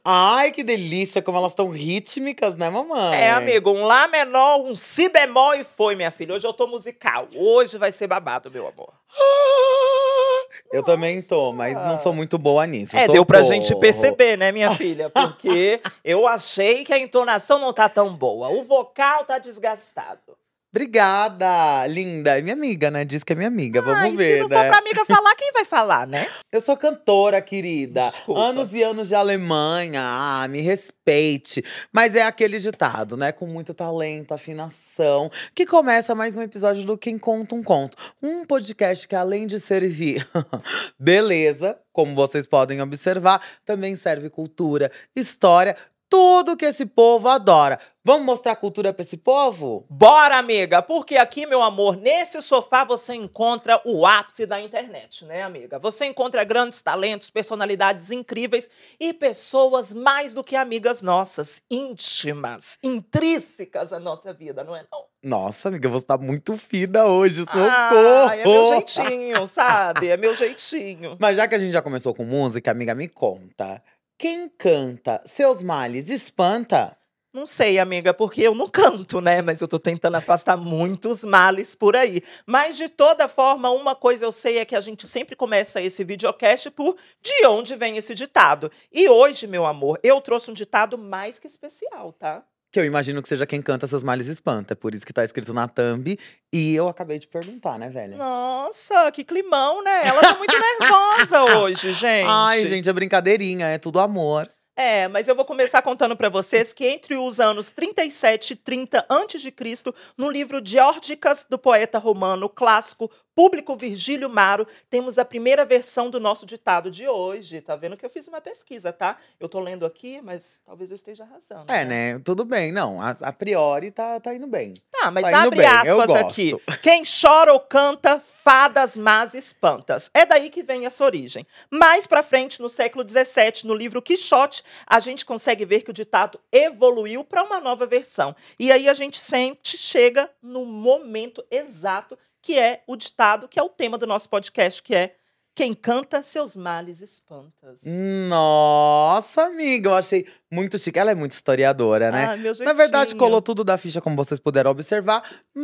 Ai, que delícia, como elas estão rítmicas, né, mamãe? É, amigo, um Lá menor, um Si bemol e foi, minha filha. Hoje eu tô musical. Hoje vai ser babado, meu amor. Eu também tô, mas não sou muito boa nisso. Deu pra gente Socorro. perceber, né, minha filha? Porque eu achei que a entonação não tá tão boa. O vocal tá desgastado. Obrigada, linda. É minha amiga, né? Diz que é minha amiga. Vamos Se ver, não for né? pra amiga falar, quem vai falar, né? Eu sou cantora, querida. Desculpa. Anos e anos de Alemanha. Ah, me respeite. Mas é aquele ditado, né? Com muito talento, afinação. Que começa mais um episódio do Quem Conta um Conto. Um podcast que, além de servir beleza, como vocês podem observar, também serve cultura, história, tudo que esse povo adora. Vamos mostrar cultura pra esse povo? Bora, amiga! Porque aqui, meu amor, nesse sofá você encontra o ápice da internet, né, amiga? Você encontra grandes talentos, personalidades incríveis e pessoas mais do que amigas nossas, íntimas, intrínsecas à nossa vida, não é não? Nossa, amiga, você tá muito fina hoje, socorro! Ah, é meu jeitinho, sabe? É meu jeitinho. Mas já que a gente já começou com música, amiga, me conta. Quem canta Seus Males Espanta? Não sei, amiga, porque eu não canto, né? Mas eu tô tentando afastar muitos males por aí. Mas, de toda forma, uma coisa eu sei é que a gente sempre começa esse videocast por de onde vem esse ditado. E hoje, meu amor, eu trouxe um ditado mais que especial, tá? Que eu imagino que seja quem canta Seus Males Espanta. É por isso que tá escrito na thumb. E eu acabei de perguntar, né, velha? Nossa, que climão, né? Ela tá muito nervosa hoje, gente. Ai, gente, é brincadeirinha, é tudo amor. Mas eu vou começar contando para vocês que entre os anos 37 e 30 a.C., no livro Diórgicas do poeta romano clássico Público Virgílio Maro, temos a primeira versão do nosso ditado de hoje. Tá vendo que eu fiz uma pesquisa, tá? Eu tô lendo aqui, mas talvez eu esteja arrasando. É, né? Tudo bem. Não, a priori tá indo bem. Tá, mas Tá indo abre bem, eu aspas gosto. aqui. Quem chora ou canta, fadas más espantas. É daí que vem essa origem. Mais pra frente, no século XVII, no livro Quixote, a gente consegue ver que o ditado evoluiu para uma nova versão. E aí a gente sempre chega no momento exato, que é o ditado, que é o tema do nosso podcast, que é quem canta, seus males espantas. Nossa, amiga, eu achei muito chique. Ela é muito historiadora, né? Ah, meu Na verdade, jeitinho. colou tudo da ficha, como vocês puderam observar.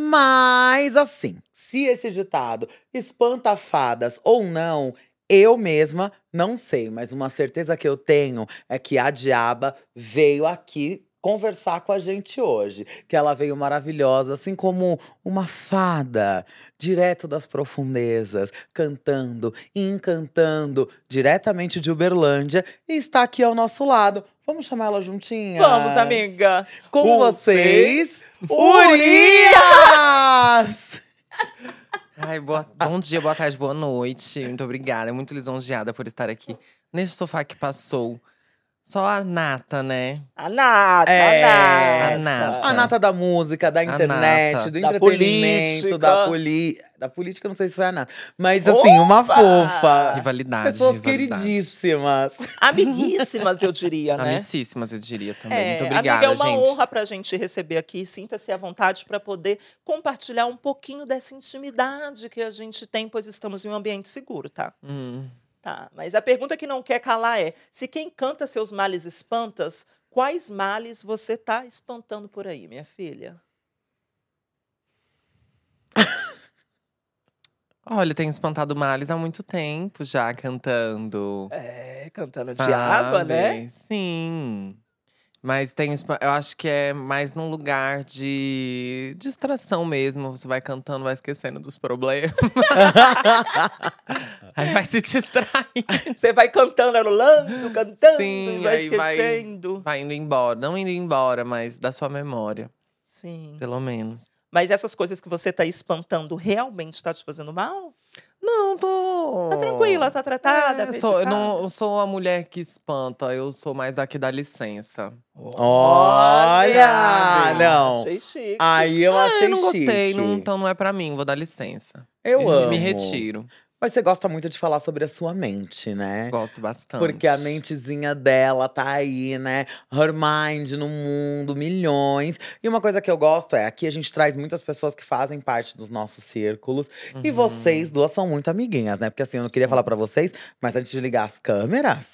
Mas, assim, se esse ditado espanta fadas ou não, eu mesma não sei. Mas uma certeza que eu tenho é que a diaba veio aqui conversar com a gente hoje. Que ela veio maravilhosa, assim como uma fada, direto das profundezas, cantando e encantando diretamente de Uberlândia e está aqui ao nosso lado. Vamos chamar ela juntinha? Vamos, amiga. Com vocês, Urias! Ai, bom dia, boa tarde, boa noite. Muito obrigada, muito lisonjeada por estar aqui neste sofá que passou. Só a nata, né? A nata, É, a a nata. A nata da música, da internet, nata. do Da entretenimento, política. da política, não sei se foi a nata. Mas assim, uma Opa! fofa. Rivalidade, Pessoas rivalidade. queridíssimas. Amiguíssimas, eu diria, né? Amicíssimas, eu diria também. Muito Amiga, obrigada, é uma gente. honra pra gente receber aqui. Sinta-se à vontade para poder compartilhar um pouquinho dessa intimidade que a gente tem, pois estamos em um ambiente seguro, tá? Tá, mas a pergunta que não quer calar é: se quem canta seus males espantas, quais males você tá espantando por aí, minha filha? Olha, tenho espantado males há muito tempo já cantando. Cantando de Sabe? água, né? Sim. Mas eu acho que é mais num lugar de distração mesmo. Você vai cantando, vai esquecendo dos problemas. Aí vai se distraindo. Você vai cantando, anulando, cantando, Sim, e vai aí vai- esquecendo. Vai indo embora. Não indo embora, mas da sua memória, Sim. pelo menos. Mas essas coisas que você tá espantando realmente tá te fazendo mal? Não, tô. Tá tranquila, tá tratada, Eu sou a mulher que espanta, eu sou mais a que dá licença. Olha! Não. Achei chique. Aí eu achei eu não gostei, chique. então não é pra mim, vou dar licença. Eu amo. Me retiro. Mas você gosta muito de falar sobre a sua mente, né? Gosto bastante. Porque a mentezinha dela tá aí, né? Her mind no mundo, milhões. E uma coisa que eu gosto é, aqui a gente traz muitas pessoas que fazem parte dos nossos círculos. E vocês duas são muito amiguinhas, né? Porque assim, eu não queria falar pra vocês, mas antes de ligar as câmeras,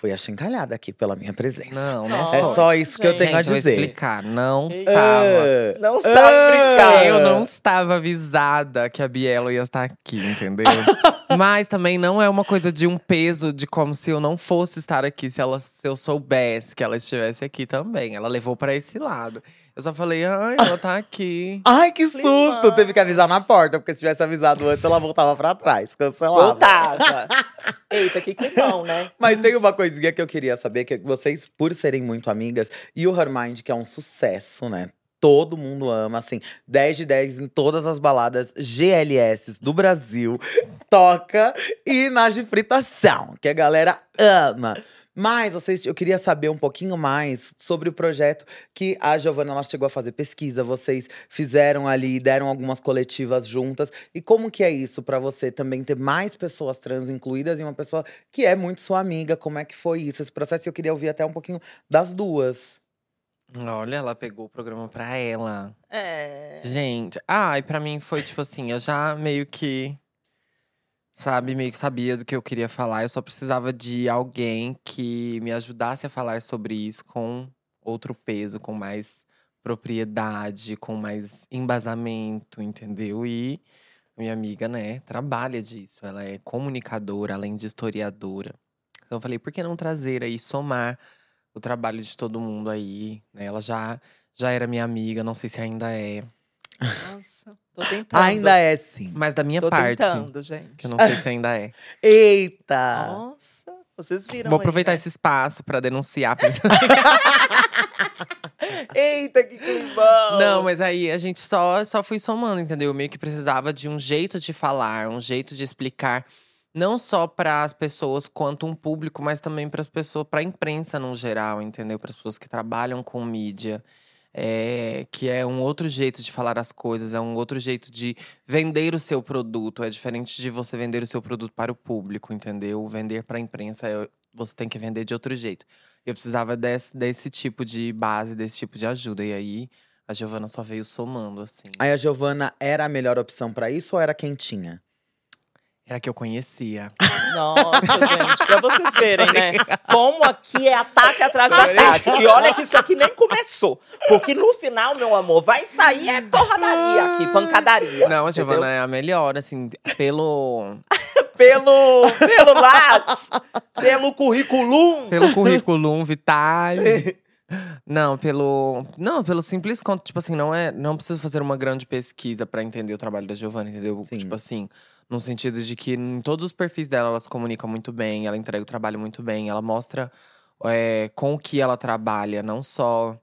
fui achincalhada aqui pela minha presença. Não, Nossa, É foi. só isso que eu gente, tenho a Gente, eu vou dizer. explicar. Não Ei. estava. Não sabe brincar. Eu não estava avisada que a Bielo ia estar aqui, entendeu? Mas também não é uma coisa de um peso de como se eu não fosse estar aqui, se eu soubesse que ela estivesse aqui também. Ela levou pra esse lado. Eu só falei, ai, ela tá aqui. Ai, que Climão. susto! Teve que avisar na porta, porque se tivesse avisado antes, ela voltava pra trás. Cancelava. Voltava. Eita, que climão, né? Mas tem uma coisinha que eu queria saber, que vocês, por serem muito amigas, e o Hermind, que é um sucesso, né? Todo mundo ama, assim, 10 de 10 em todas as baladas GLS do Brasil. Toca e na de fritação, que a galera ama. Mas eu queria saber um pouquinho mais sobre o projeto que a Giovanna ela chegou a fazer pesquisa. Vocês fizeram ali, deram algumas coletivas juntas. E como que é isso pra você também ter mais pessoas trans incluídas e uma pessoa que é muito sua amiga? Como é que foi isso, esse processo? Eu queria ouvir até um pouquinho das duas. Olha, ela pegou o programa pra ela. É. Gente, e pra mim foi tipo assim, eu já meio que, sabe, meio que sabia do que eu queria falar. Eu só precisava de alguém que me ajudasse a falar sobre isso com outro peso, com mais propriedade, com mais embasamento, entendeu? E minha amiga, né, trabalha disso. Ela é comunicadora, além de historiadora. Então eu falei, por que não trazer aí, somar o trabalho de todo mundo aí, né? Ela já era minha amiga, não sei se ainda é. Nossa, tô tentando. Ainda é sim. Mas da minha Tô parte, tentando, gente. que eu não sei se ainda é. Eita! Nossa, vocês viram Vou aí, aproveitar né? esse espaço pra denunciar. Eita, que climão! Não, mas aí a gente só fui somando, entendeu? Eu meio que precisava de um jeito de falar, um jeito de explicar. Não só para as pessoas quanto um público, mas também para as pessoas, para a imprensa no geral, entendeu? Para as pessoas que trabalham com mídia. Que é um outro jeito de falar as coisas, é um outro jeito de vender o seu produto. É diferente de você vender o seu produto para o público, entendeu? Vender para a imprensa, você tem que vender de outro jeito. Eu precisava desse tipo de base, desse tipo de ajuda. E aí, a Giovanna só veio somando, assim. Aí a Giovanna era a melhor opção pra isso ou era quem tinha? Era que eu conhecia. Nossa, gente, pra vocês verem, né? Como aqui é ataque atrás de ataque. E olha que isso aqui nem começou. Porque no final, meu amor, vai sair porradaria aqui, pancadaria. Não, a Giovanna entendeu? é a melhor, assim, pelo Pelo Lattes, pelo currículum. currículo vitae. Não, pelo simples conto, tipo assim, não precisa fazer uma grande pesquisa pra entender o trabalho da Giovanna, entendeu? Sim. Tipo assim, no sentido de que em todos os perfis dela, ela se comunica muito bem, ela entrega o trabalho muito bem, ela mostra com o que ela trabalha, não só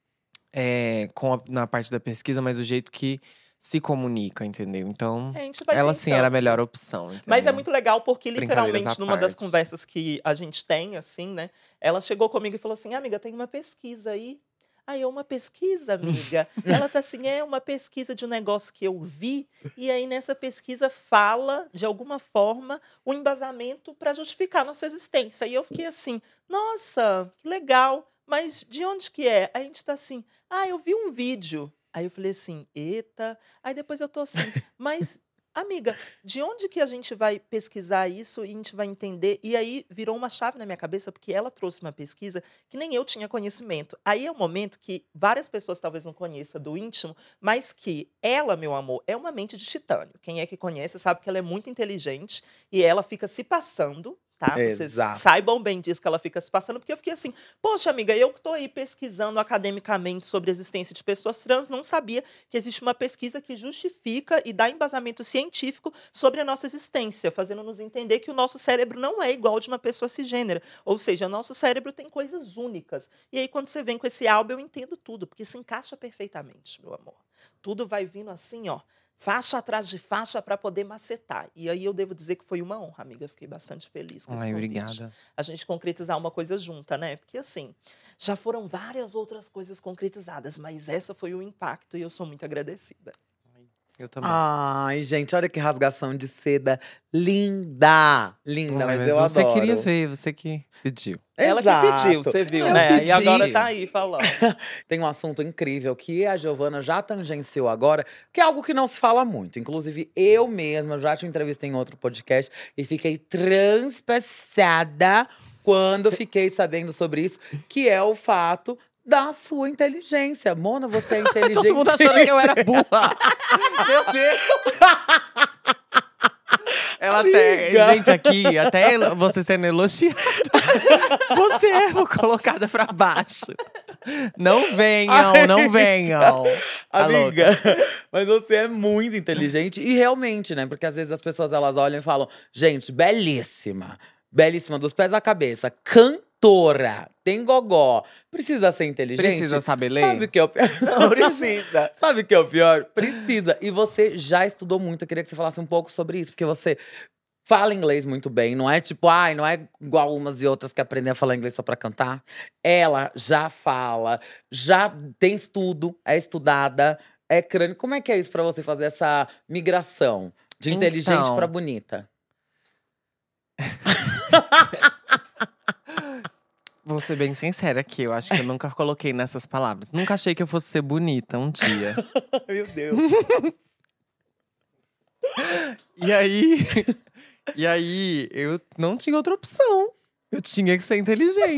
na parte da pesquisa, mas o jeito que se comunica, entendeu? Então, A gente vai ela sim tentando. era a melhor opção, entendeu? Mas é muito legal porque, Brincadeiras literalmente, à numa das parte. conversas que a gente tem, assim, né? Ela chegou comigo e falou assim, amiga, tem uma pesquisa aí. Aí, uma pesquisa, amiga? Ela tá assim, é uma pesquisa de um negócio que eu vi. E aí, nessa pesquisa, fala, de alguma forma, o embasamento para justificar a nossa existência. E eu fiquei assim, nossa, que legal. Mas de onde que é? Aí a gente tá assim, eu vi um vídeo. Aí eu falei assim, eita. Aí depois eu tô assim, mas, amiga, de onde que a gente vai pesquisar isso e a gente vai entender? E aí virou uma chave na minha cabeça, porque ela trouxe uma pesquisa que nem eu tinha conhecimento. Aí é um momento que várias pessoas talvez não conheçam do íntimo, mas que ela, meu amor, é uma mente de titânio. Quem é que conhece sabe que ela é muito inteligente e ela fica se passando. Tá? Vocês Exato. saibam bem disso que ela fica se passando, porque eu fiquei assim, poxa, amiga, eu que estou aí pesquisando academicamente sobre a existência de pessoas trans, não sabia que existe uma pesquisa que justifica e dá embasamento científico sobre a nossa existência, fazendo-nos entender que o nosso cérebro não é igual ao de uma pessoa cisgênera. Ou seja, o nosso cérebro tem coisas únicas. E aí, quando você vem com esse álbum, eu entendo tudo, porque se encaixa perfeitamente, meu amor. Tudo vai vindo assim, ó. Faixa atrás de faixa para poder macetar. E aí eu devo dizer que foi uma honra, amiga. Fiquei bastante feliz com esse convite. Obrigada. A gente concretizar uma coisa junta, né? Porque assim, já foram várias outras coisas concretizadas, mas essa foi o impacto e eu sou muito agradecida. Eu também. Ai, gente, olha que rasgação de seda linda! Linda, Ai, mas eu você adoro. queria ver, você que pediu. Ela que pediu, você viu, Eu né? pedi. E agora tá aí falando. Tem um assunto incrível que a Giovanna já tangenciou agora, que é algo que não se fala muito. Inclusive, eu mesma já te entrevistei em outro podcast e fiquei transpassada quando fiquei sabendo sobre isso, que é o fato da sua inteligência. Mona, você é inteligente. Todo mundo achando que eu era burra. Meu Deus! Ela até. Amiga. Gente, aqui, até você sendo elogiada. Você é colocada pra baixo. Não venham, não venham. Tá Amiga, mas você é muito inteligente. E realmente, né? Porque às vezes as pessoas elas olham e falam: gente, belíssima. Belíssima, dos pés à cabeça. Cantora. Tem gogó. Precisa ser inteligente? Precisa saber ler? Sabe o que é o pior? Não precisa. Sabe o que é o pior? Precisa. E você já estudou muito. Eu queria que você falasse um pouco sobre isso. Porque você fala inglês muito bem. Não é tipo, ai, não é igual umas e outras que aprendem a falar inglês só pra cantar. Ela já fala, já tem estudo, é estudada, é crânio. Como é que é isso pra você fazer essa migração de inteligente Então. pra bonita? Vou ser bem sincera aqui, eu acho que eu nunca coloquei nessas palavras. Nunca achei que eu fosse ser bonita um dia. Meu Deus. E aí. E aí, eu não tinha outra opção. Eu tinha que ser inteligente.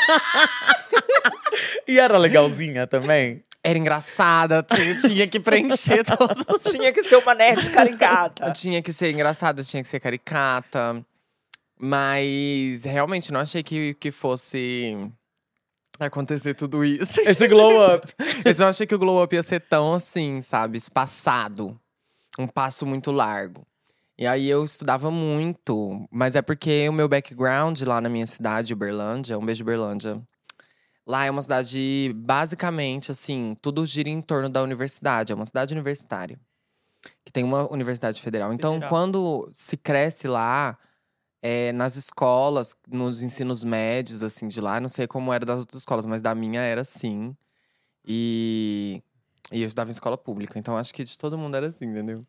E era legalzinha também? Era engraçada, tinha que preencher todos. Tinha que ser uma nerd caricata. Tinha que ser engraçada, tinha que ser caricata. Mas realmente não achei que fosse acontecer tudo isso. Esse glow up. Eu só achei que o glow up ia ser tão assim, sabe? Espaçado. Um passo muito largo. E aí eu estudava muito. Mas é porque o meu background lá na minha cidade, Uberlândia, um beijo Uberlândia. Lá é uma cidade, basicamente, assim, tudo gira em torno da universidade. É uma cidade universitária. Que tem uma universidade federal. Então, Federal. quando se cresce lá, nas escolas, nos ensinos médios, assim, de lá. Não sei como era das outras escolas, mas da minha era assim. E eu estudava em escola pública. Então, acho que de todo mundo era assim, entendeu?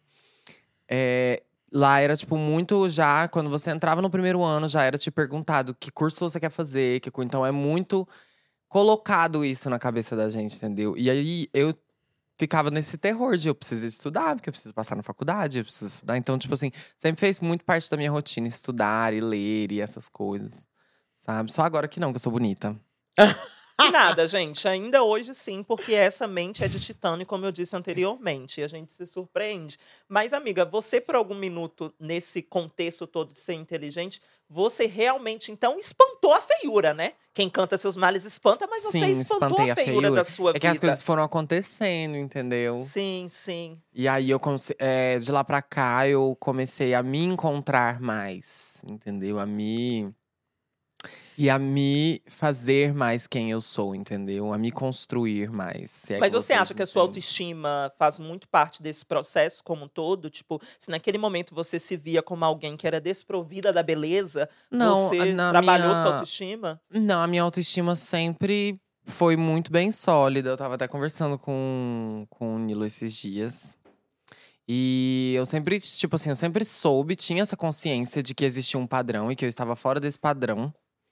Lá era, tipo, muito já… Quando você entrava no primeiro ano, já era te perguntado que curso você quer fazer. Então, é muito colocado isso na cabeça da gente, entendeu? E aí, eu ficava nesse terror de eu preciso estudar, porque eu preciso passar na faculdade, eu preciso estudar. Então, tipo assim, sempre fez muito parte da minha rotina estudar e ler e essas coisas, sabe? Só agora que não, que eu sou bonita. E nada, gente. Ainda hoje sim, porque essa mente é de titânio, como eu disse anteriormente. E a gente se surpreende. Mas, amiga, você por algum minuto, nesse contexto todo de ser inteligente, você realmente, então, espantou a feiura, né? Quem canta seus males espanta, mas você Sim, espantou espantei a feiura da sua vida. É que as coisas foram acontecendo, entendeu? Sim, sim. E aí, de lá pra cá, eu comecei a me encontrar mais, entendeu? E a me fazer mais quem eu sou, entendeu? A me construir mais. Se é Mas que você vocês acha que a sua entendem. autoestima faz muito parte desse processo como um todo? Tipo, se naquele momento você se via como alguém que era desprovida da beleza, Não, você na trabalhou minha… sua autoestima? Não, a minha autoestima sempre foi muito bem sólida. Eu tava até conversando com o Nilo esses dias. E eu sempre, tipo assim, eu sempre soube, tinha essa consciência de que existia um padrão e que eu estava fora desse padrão,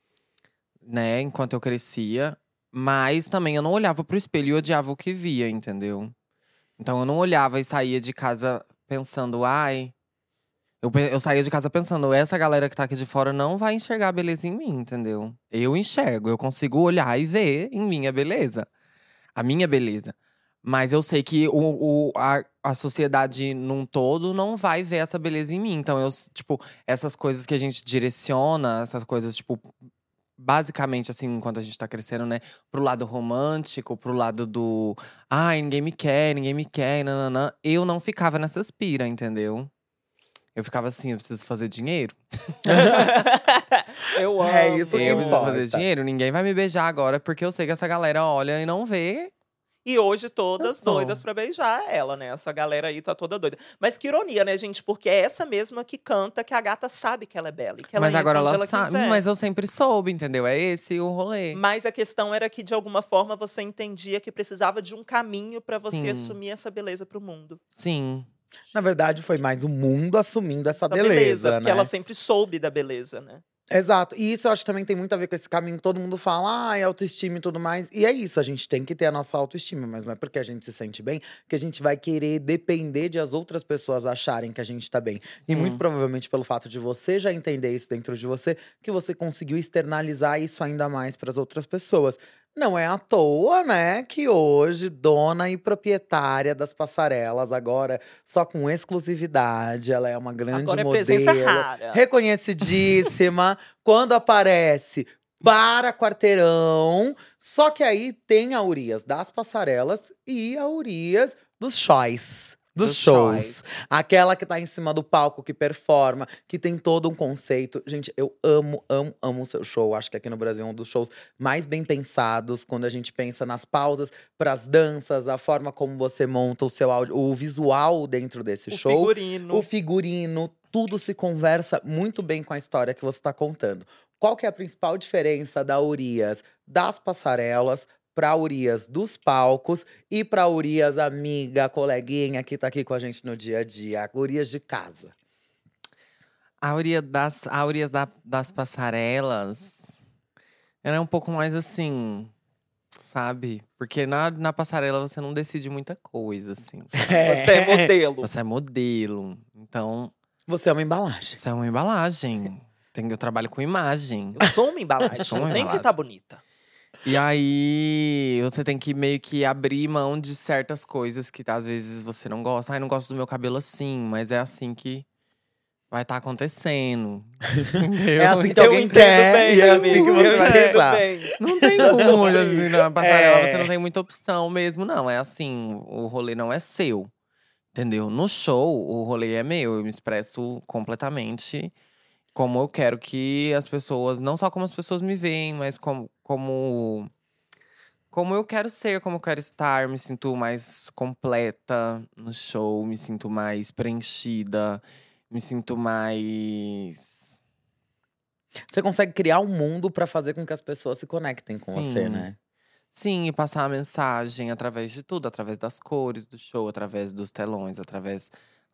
né, enquanto eu crescia. Mas também eu não olhava pro espelho e odiava o que via, entendeu? Então eu não olhava e saía de casa pensando, ai… Eu saía de casa pensando, essa galera que tá aqui de fora não vai enxergar a beleza em mim, entendeu? Eu enxergo, eu consigo olhar e ver em mim a beleza. A minha beleza. Mas eu sei que a sociedade num todo não vai ver essa beleza em mim. Então, tipo, essas coisas que a gente direciona, essas coisas, tipo, basicamente, assim, enquanto a gente tá crescendo, né? Pro lado romântico, pro lado do… Ai, ninguém me quer, nananã. Eu não ficava nessas pira, entendeu? Eu ficava assim, eu preciso fazer dinheiro. Eu amo. É isso que Eu preciso importa. fazer dinheiro, ninguém vai me beijar agora, porque eu sei que essa galera olha e não vê. E hoje todas Eu sou. doidas pra beijar ela, né? Essa galera aí tá toda doida. Mas que ironia, né, gente? Porque é essa mesma que canta que a gata sabe que ela é bela. E que ela Mas entra agora onde ela ela sabe. quiser. Mas eu sempre soube, entendeu? É esse o rolê. Mas a questão era que, de alguma forma, você entendia que precisava de um caminho pra você Sim. assumir essa beleza pro mundo. Sim. Na verdade, foi mais o mundo assumindo essa Essa beleza, porque né? ela sempre soube da beleza, né? Exato. E isso eu acho que também tem muito a ver com esse caminho que todo mundo fala, é autoestima e tudo mais. E é isso, a gente tem que ter a nossa autoestima, mas não é porque a gente se sente bem que a gente vai querer depender de as outras pessoas acharem que a gente tá bem. E muito Sim. provavelmente pelo fato de você já entender isso dentro de você, que você conseguiu externalizar isso ainda mais para as outras pessoas. Não é à toa, né, que hoje, dona e proprietária das passarelas, agora só com exclusividade, ela é uma grande Agora é presença modelo, rara. reconhecidíssima, quando aparece para quarteirão. Só que aí tem a Urias das passarelas e a Urias dos shows. Dos Dos shows. shows. Aquela que tá em cima do palco, que performa, que tem todo um conceito. Gente, eu amo, amo, amo o seu show. Acho que aqui no Brasil é um dos shows mais bem pensados. Quando a gente pensa nas pausas pras danças, a forma como você monta o seu áudio, o visual dentro desse O show. figurino. O figurino, tudo se conversa muito bem com a história que você está contando. Qual que é a principal diferença da Urias das passarelas pra Urias dos palcos e pra Urias amiga, coleguinha que tá aqui com a gente no dia a dia, a Urias de casa? A Urias das passarelas era um pouco mais assim, sabe? Porque na passarela você não decide muita coisa, assim. Você é modelo. Você é modelo. Então, Você é uma embalagem. você é uma embalagem. Eu trabalho com imagem. Eu sou uma embalagem. Eu sou uma Nem que embalagem. tá bonita. E aí, você tem que meio que abrir mão de certas coisas que às vezes você não gosta. Ai, não gosto do meu cabelo assim, mas é assim que vai estar acontecendo. Entendeu? É assim que Eu alguém entendo quer bem, e é amigo. assim que você Eu vai entendo deixar. bem. Não tem Eu sou muito, assim, na passarela É. você não tem muita opção mesmo, não. É assim, o rolê não é seu, entendeu? No show, o rolê é meu. Eu me expresso completamente como eu quero que as pessoas… Não só como as pessoas me veem, mas como eu quero ser, como eu quero estar. Me sinto mais completa no show, me sinto mais preenchida. Me sinto mais… Você consegue criar um mundo pra fazer com que as pessoas se conectem com você, Sim. né? Sim, e passar a mensagem através de tudo. Através das cores do show, através dos telões, através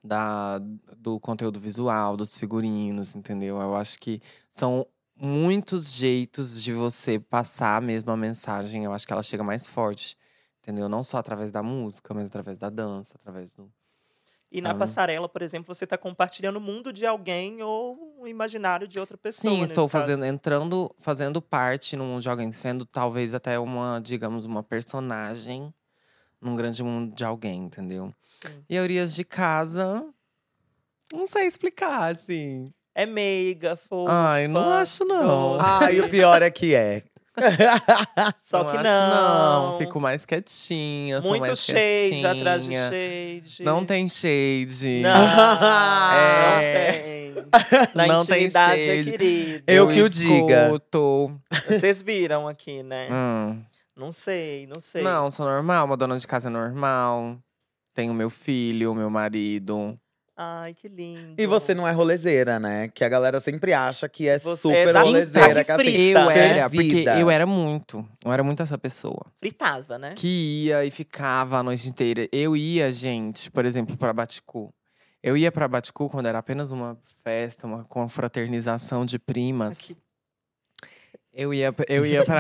do conteúdo visual, dos figurinos, entendeu? Eu acho que são muitos jeitos de você passar mesmo a mensagem. Eu acho que ela chega mais forte, entendeu? Não só através da música, mas através da dança, através do… E na sabe? passarela, por exemplo, você tá compartilhando o mundo de alguém ou o imaginário de outra pessoa. Sim, estou nesse caso. fazendo parte no mundo de alguém, sendo talvez até uma, digamos, uma personagem num grande mundo de alguém, entendeu? Sim. E a Urias de casa, não sei explicar, assim. É meiga, fofa. Ai, não acho, não. doce. E o pior é que é. Só Não que acho, não. não. Fico mais quietinha, sou Muito mais shade atrás de quietinha. shade. Não tem shade. Não, É. não tem. Na Não tem intimidade é shade. querido. Eu que o diga. escuto. Vocês viram aqui, né? Hum. Não sei, não sei. Não, sou normal, uma dona de casa normal. Tenho meu filho, meu marido. Ai, que lindo. E você não é rolezeira, né? Que a galera sempre acha que é Você super é da rolezeira. então, que assim, frita. Eu era, porque fervida. eu era muito essa pessoa. Fritava, né? Que ia e ficava a noite inteira. Eu ia, gente, por exemplo, pra Baticu. Eu ia pra Baticu quando era apenas uma festa, uma confraternização de primas. Aqui. Eu ia pra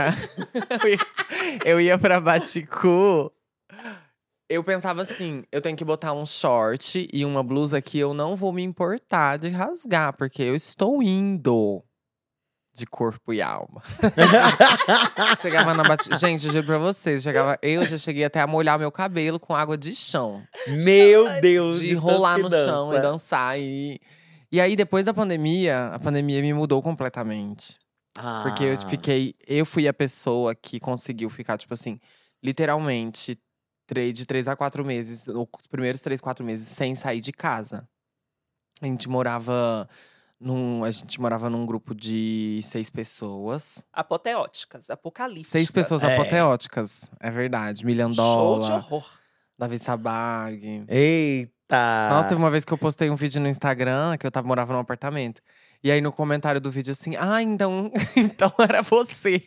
eu ia pra Baticu. Eu pensava assim, eu tenho que botar um short e uma blusa que eu não vou me importar de rasgar, porque eu estou indo de corpo e alma. Chegava na Baticu. Gente, eu juro pra vocês, eu já cheguei até a molhar meu cabelo com água de chão. Meu Deus. De tanto rolar que no dança. chão e dançar. E aí, depois da pandemia, a pandemia me mudou completamente. Porque eu fui a pessoa que conseguiu ficar, tipo assim, literalmente, de 3 a 4 meses, os primeiros 3, 4 meses, sem sair de casa. A gente morava num grupo de 6 pessoas. Apoteóticas, apocalípticas. 6 pessoas É. apoteóticas, é verdade. Show de Milhandola, horror. Davi Sabag. Eita. Nossa, teve uma vez que eu postei um vídeo no Instagram, que eu morava num apartamento. E aí, no comentário do vídeo, assim… Ah, então era você.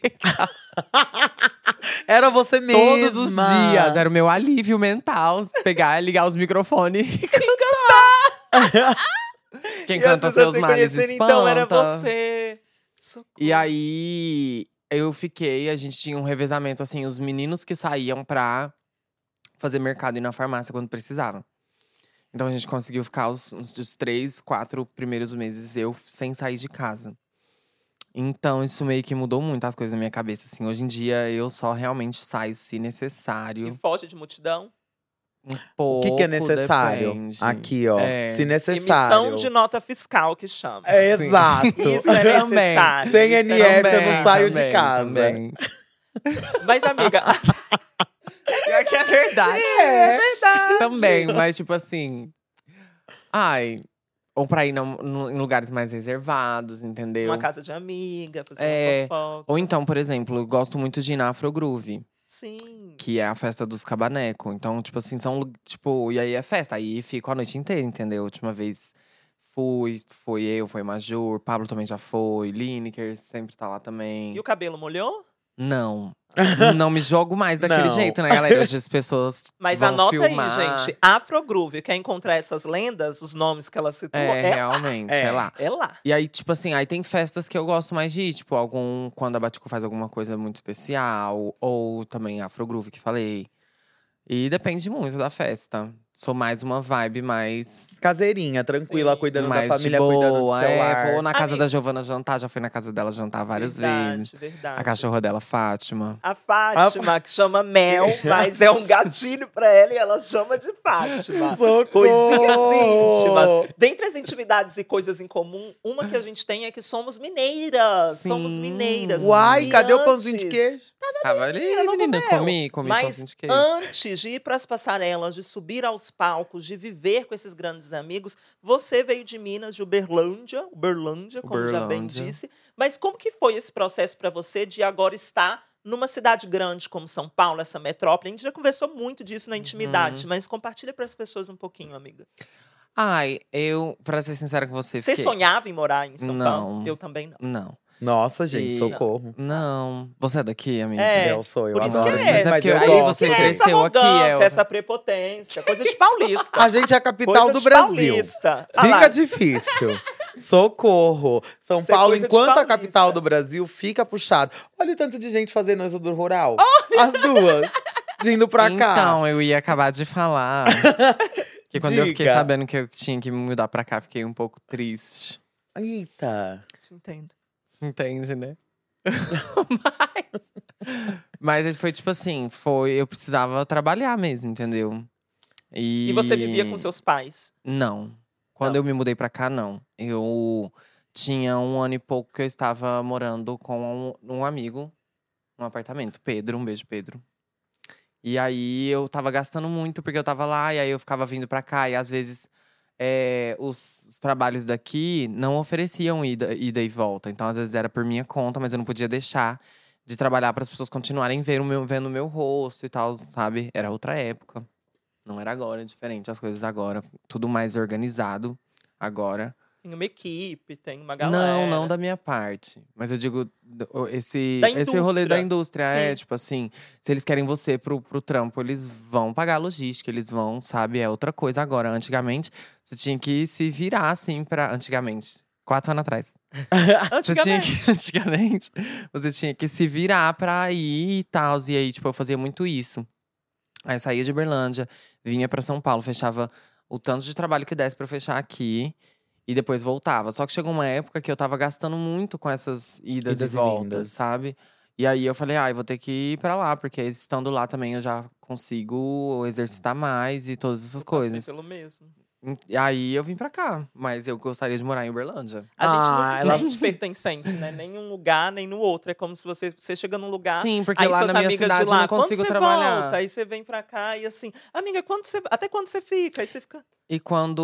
Era você mesmo. Todos os dias. Era o meu alívio mental. Ligar os microfones e cantar. Quem E canta as pessoas seus se males conhecendo, espanta. então era você. Socorro. E aí, a gente tinha um revezamento, assim, os meninos que saíam pra fazer mercado e ir na farmácia quando precisava. Então a gente conseguiu ficar os 3, 4 primeiros meses eu sem sair de casa. Então isso meio que mudou muito as coisas na minha cabeça, assim. Hoje em dia eu só realmente saio se E necessário. foge de multidão? Um O pouco, que é necessário? depende. Aqui, ó. É. Se necessário. Emissão de nota fiscal, que chama. É Sim. exato. Isso é Também. necessário. Sem isso é NF eu não necessário. saio de casa. Também. Mas, amiga, Pior que é verdade. é verdade. Também, mas tipo assim… Ai… Ou pra ir em lugares mais reservados, entendeu? Uma casa de amiga, fazer É, uma fofoca. Ou então, por exemplo, eu gosto muito de ir na Afrogroove. Sim. Que é a festa dos cabaneco. Então, tipo assim, tipo… E aí é festa, aí fico a noite inteira, entendeu? A última vez foi eu, foi Major, Pablo também já foi, Lineker sempre tá lá também. E o cabelo molhou? Não. Não me jogo mais daquele Não. jeito, né, galera? Hoje as pessoas Mas vão anota filmar. aí, gente. Afrogroove. Quer encontrar essas lendas, os nomes que ela citou? É, realmente, é lá. É lá. E aí, tipo assim, aí tem festas que eu gosto mais de ir. Tipo, quando a Batico faz alguma coisa muito especial. Ou também Afrogroove, que falei. E depende muito da festa. Sou mais uma vibe mais… Caseirinha, tranquila, Sim. cuidando da mais família, de cuidando do boa. celular. Vou na casa Amiga. da Giovana jantar. Já fui na casa dela jantar várias vezes. Verdade. A cachorra dela, Fátima. A Fátima, que chama Mel, mas é um gatilho pra ela e ela chama de Fátima. Socorro! Coisinhas íntimas. Dentre as intimidades e coisas em comum, uma que a gente tem é que somos mineiras. Sim. Somos mineiras. Uai, E cadê o pãozinho de antes- queijo? Tava ali, não menina. comeu. Comi Mas pãozinho de queijo. antes de ir para as passarelas, de subir aos palcos, de viver com esses grandes amigos, você veio de Minas, de Uberlândia, como já bem Uberlândia. disse. Mas como que foi esse processo para você de agora estar numa cidade grande como São Paulo, essa metrópole? A gente já conversou muito disso na intimidade, mas compartilha para as pessoas um pouquinho, amiga. Ai, pra ser sincera com você… Você fiquei… sonhava em morar em São Não. Paulo? Eu também não. Não. Nossa, gente, E- socorro. Não. Você é daqui, amiga? É, Eu sou, eu por isso adoro. que é. Mas é Mas porque eu aí gosto. você Que é essa cresceu aqui, arrogância, essa prepotência, coisa de paulista. A gente é a capital Coisa do de Brasil. paulista. Ah lá. Fica difícil. Socorro. São Isso é Paulo, coisa de enquanto a paulista. capital do Brasil, fica puxado. Olha o tanto de gente fazendo isso do rural. As duas. Vindo pra cá. Então, eu ia acabar de falar. Que quando eu fiquei Diga. sabendo que eu tinha que me mudar pra cá, fiquei um pouco triste. Eita. Te entendo. Entende, né? Mas foi tipo assim, eu precisava trabalhar mesmo, entendeu? E você vivia com seus pais? Não. Quando Não. eu me mudei pra cá, não. Eu tinha 1 ano e pouco que eu estava morando com um amigo, num apartamento. Pedro, um beijo, Pedro. E aí eu tava gastando muito porque eu tava lá, e aí eu ficava vindo pra cá, e às vezes os trabalhos daqui não ofereciam ida e volta. Então, às vezes era por minha conta, mas eu não podia deixar de trabalhar para as pessoas continuarem vendo o meu rosto e tal, sabe? Era outra época. Não era agora, é diferente as coisas agora. Tudo mais organizado agora. Tem uma equipe, tem uma galera. Não da minha parte. Mas eu digo, esse Da rolê da indústria. indústria. Sim. Tipo assim, se eles querem você pro trampo, eles vão pagar a logística, eles vão, sabe? É outra coisa agora. Antigamente, você tinha que se virar, assim, Antigamente, 4 anos atrás. Antigamente, você tinha que se virar pra ir e tal. E aí, tipo, eu fazia muito isso. Aí eu saía de Uberlândia, vinha pra São Paulo, fechava o tanto de trabalho que desse pra eu fechar aqui. E depois voltava. Só que chegou uma época que eu tava gastando muito com essas idas e Idas e voltas, vindas. sabe? E aí eu falei, eu vou ter que ir pra lá, porque estando lá também eu já consigo exercitar mais e todas essas Eu passei coisas. pelo mesmo. E aí eu vim pra cá. Mas eu gostaria de morar em Uberlândia. A gente Ah, não se ela- sente pertencente, né? Nem em um lugar, nem no outro. É como se você chega num lugar… Sim, porque Aí lá suas na minha amigas cidade de eu lá, não quando consigo você trabalhar. volta? Aí você vem pra cá e assim… Amiga, até quando você fica? Aí você fica… E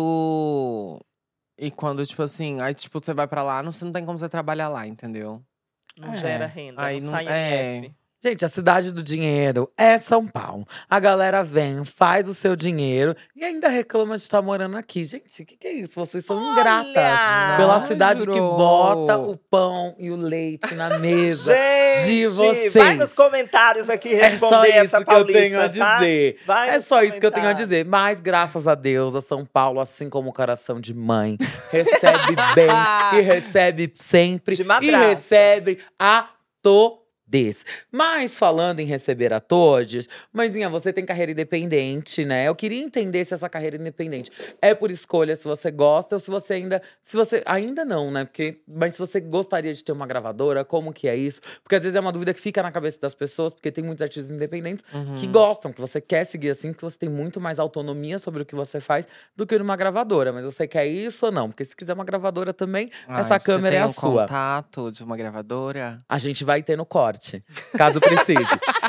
quando, tipo assim, aí tipo, você vai pra lá, você não tem como você trabalhar lá, entendeu? Não É. gera renda, Aí não não- sai é. NF. Gente, a cidade do dinheiro é São Paulo. A galera vem, faz o seu dinheiro e ainda reclama de estar morando aqui. Gente, o que é isso? Vocês são ingratas. Pela Não, cidade que jurou. bota o pão e o leite na mesa de Gente, vocês. vai nos comentários aqui É só responder isso essa que eu paulista, tenho a tá? dizer. Vai É nos só isso que eu tenho a comentários. dizer. Mas, graças a Deus, a São Paulo, assim como o coração de mãe, recebe bem e recebe sempre. De E madrasta. recebe a todos. Mas falando em receber a todos, mãezinha, você tem carreira independente, né? Eu queria entender se essa carreira independente é por escolha, se você gosta ou se você ainda. Se você. Ainda não, né? Mas se você gostaria de ter uma gravadora, como que é isso? Porque às vezes é uma dúvida que fica na cabeça das pessoas, porque tem muitos artistas independentes que gostam, que você quer seguir assim, que você tem muito mais autonomia sobre o que você faz do que numa gravadora. Mas você quer isso ou não? Porque se quiser uma gravadora também, essa Ai, câmera é a você tem um sua. contato de uma gravadora? A gente vai ter no corte, caso precise.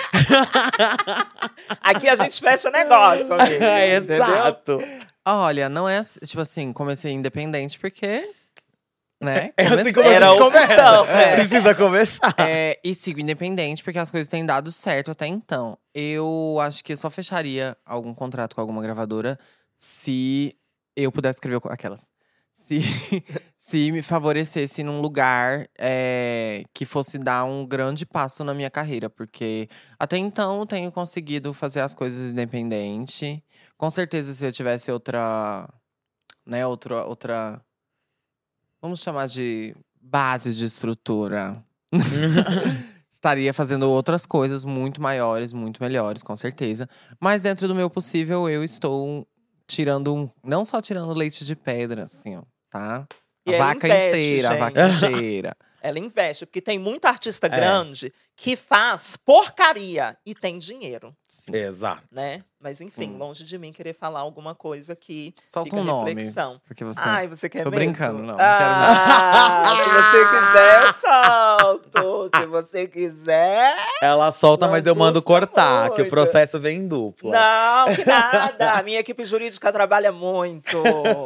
Aqui a gente fecha negócio, amiga. Entendeu? Exato. Olha, não é tipo assim, comecei independente porque, né? É assim comecei. como a Era gente a opção, começa. né? Precisa começar. E sigo independente porque as coisas têm dado certo até então. Eu acho que eu só fecharia algum contrato com alguma gravadora se eu pudesse escrever aquelas. Se me favorecesse num lugar que fosse dar um grande passo na minha carreira. Porque até então eu tenho conseguido fazer as coisas independente. Com certeza, se eu tivesse outra. Né, outra. Vamos chamar de base de estrutura. Estaria fazendo outras coisas muito maiores, muito melhores, com certeza. Mas dentro do meu possível, eu estou tirando. Não só tirando leite de pedra, assim, ó. Tá? E A ela vaca investe, inteira, a gente. vaca inteira. Ela investe, porque tem muito artista grande que faz porcaria e tem dinheiro, Exato. né? Mas enfim, longe de mim querer falar alguma coisa que Solta fica um nome. reflexão. Porque você. Ai, você quer Tô mesmo? brincando, não, Se você quiser, eu solto. Se você quiser… Ela solta, Não mas eu mando custa cortar, que o muito. processo vem em dupla. Não, que nada. A minha equipe jurídica trabalha muito.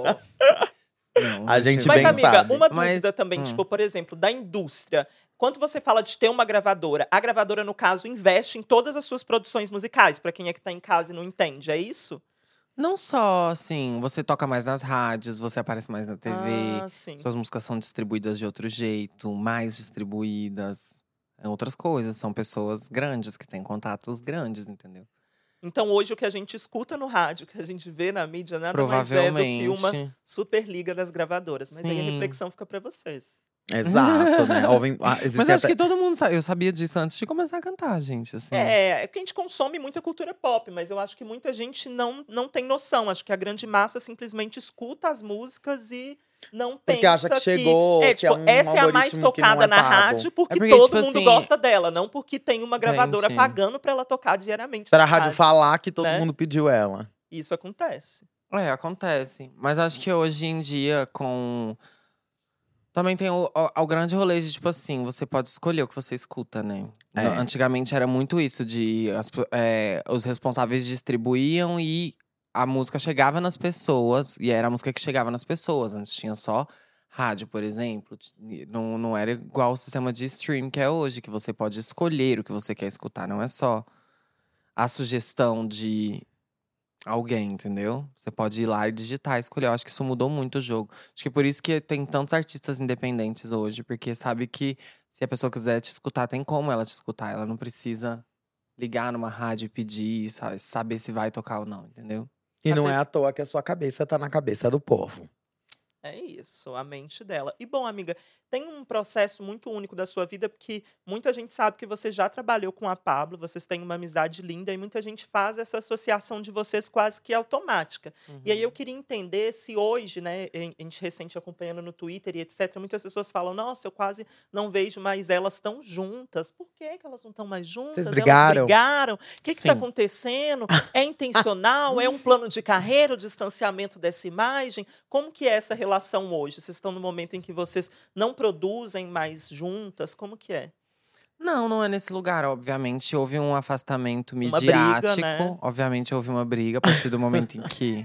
Não, A você gente Mas, bem amiga, sabe. uma Mas, dúvida também, tipo, por exemplo, da indústria. Quando você fala de ter uma gravadora, a gravadora, no caso, investe em todas as suas produções musicais, pra quem é que tá em casa e não entende, é isso? Não só, assim, você toca mais nas rádios, você aparece mais na TV. Ah, sim. Suas músicas são distribuídas de outro jeito, mais distribuídas. Outras coisas, são pessoas grandes que têm contatos grandes, entendeu? Então, hoje, o que a gente escuta no rádio, o que a gente vê na mídia, nada mais é do que uma Provavelmente. Superliga das gravadoras. Mas aí a Sim. reflexão fica pra vocês. Exato, né? Mas acho que todo mundo sabe. Eu sabia disso antes de começar a cantar, gente. Assim. É que a gente consome muita cultura pop, mas eu acho que muita gente não tem noção. Acho que a grande massa simplesmente escuta as músicas e não pensa Porque acha que chegou, que é tipo, um essa é a mais algoritmo que não tocada é na pago. rádio porque, porque, todo tipo mundo assim, gosta dela, não porque tem uma gravadora Gente. pagando pra ela tocar diariamente. Pra na rádio falar que todo né? mundo pediu ela. Isso acontece. Acontece. Mas acho que hoje em dia, com. Também tem o grande rolê de, tipo assim, você pode escolher o que você escuta, né? É. Antigamente era muito isso, de os responsáveis distribuíam e a música chegava nas pessoas. E era a música que chegava nas pessoas. Antes tinha só rádio, por exemplo. Não era igual o sistema de stream que é hoje, que você pode escolher o que você quer escutar. Não é só a sugestão de alguém, entendeu? Você pode ir lá e digitar, escolher. Eu acho que isso mudou muito o jogo. Acho que por isso que tem tantos artistas independentes hoje. Porque sabe que se a pessoa quiser te escutar, tem como ela te escutar. Ela não precisa ligar numa rádio e pedir, saber se vai tocar ou não, entendeu? E não é à toa que a sua cabeça tá na cabeça do povo. É isso, a mente dela. E bom, amiga, tem um processo muito único da sua vida, porque muita gente sabe que você já trabalhou com a Pablo, vocês têm uma amizade linda, e muita gente faz essa associação de vocês quase que automática. E aí eu queria entender se hoje, né, a gente recente acompanhando no Twitter e etc, muitas pessoas falam, nossa, eu quase não vejo mais elas tão juntas. Por que que elas não estão mais juntas? Vocês Elas brigaram? brigaram? O que Sim. tá acontecendo? É intencional? É um plano de carreira, o distanciamento dessa imagem? Como que é essa relação hoje? Vocês estão no momento em que vocês não produzem mais juntas? Como que é? Não é nesse lugar. Obviamente, houve um afastamento Uma briga, midiático. né? Obviamente, houve uma briga a partir do momento em que.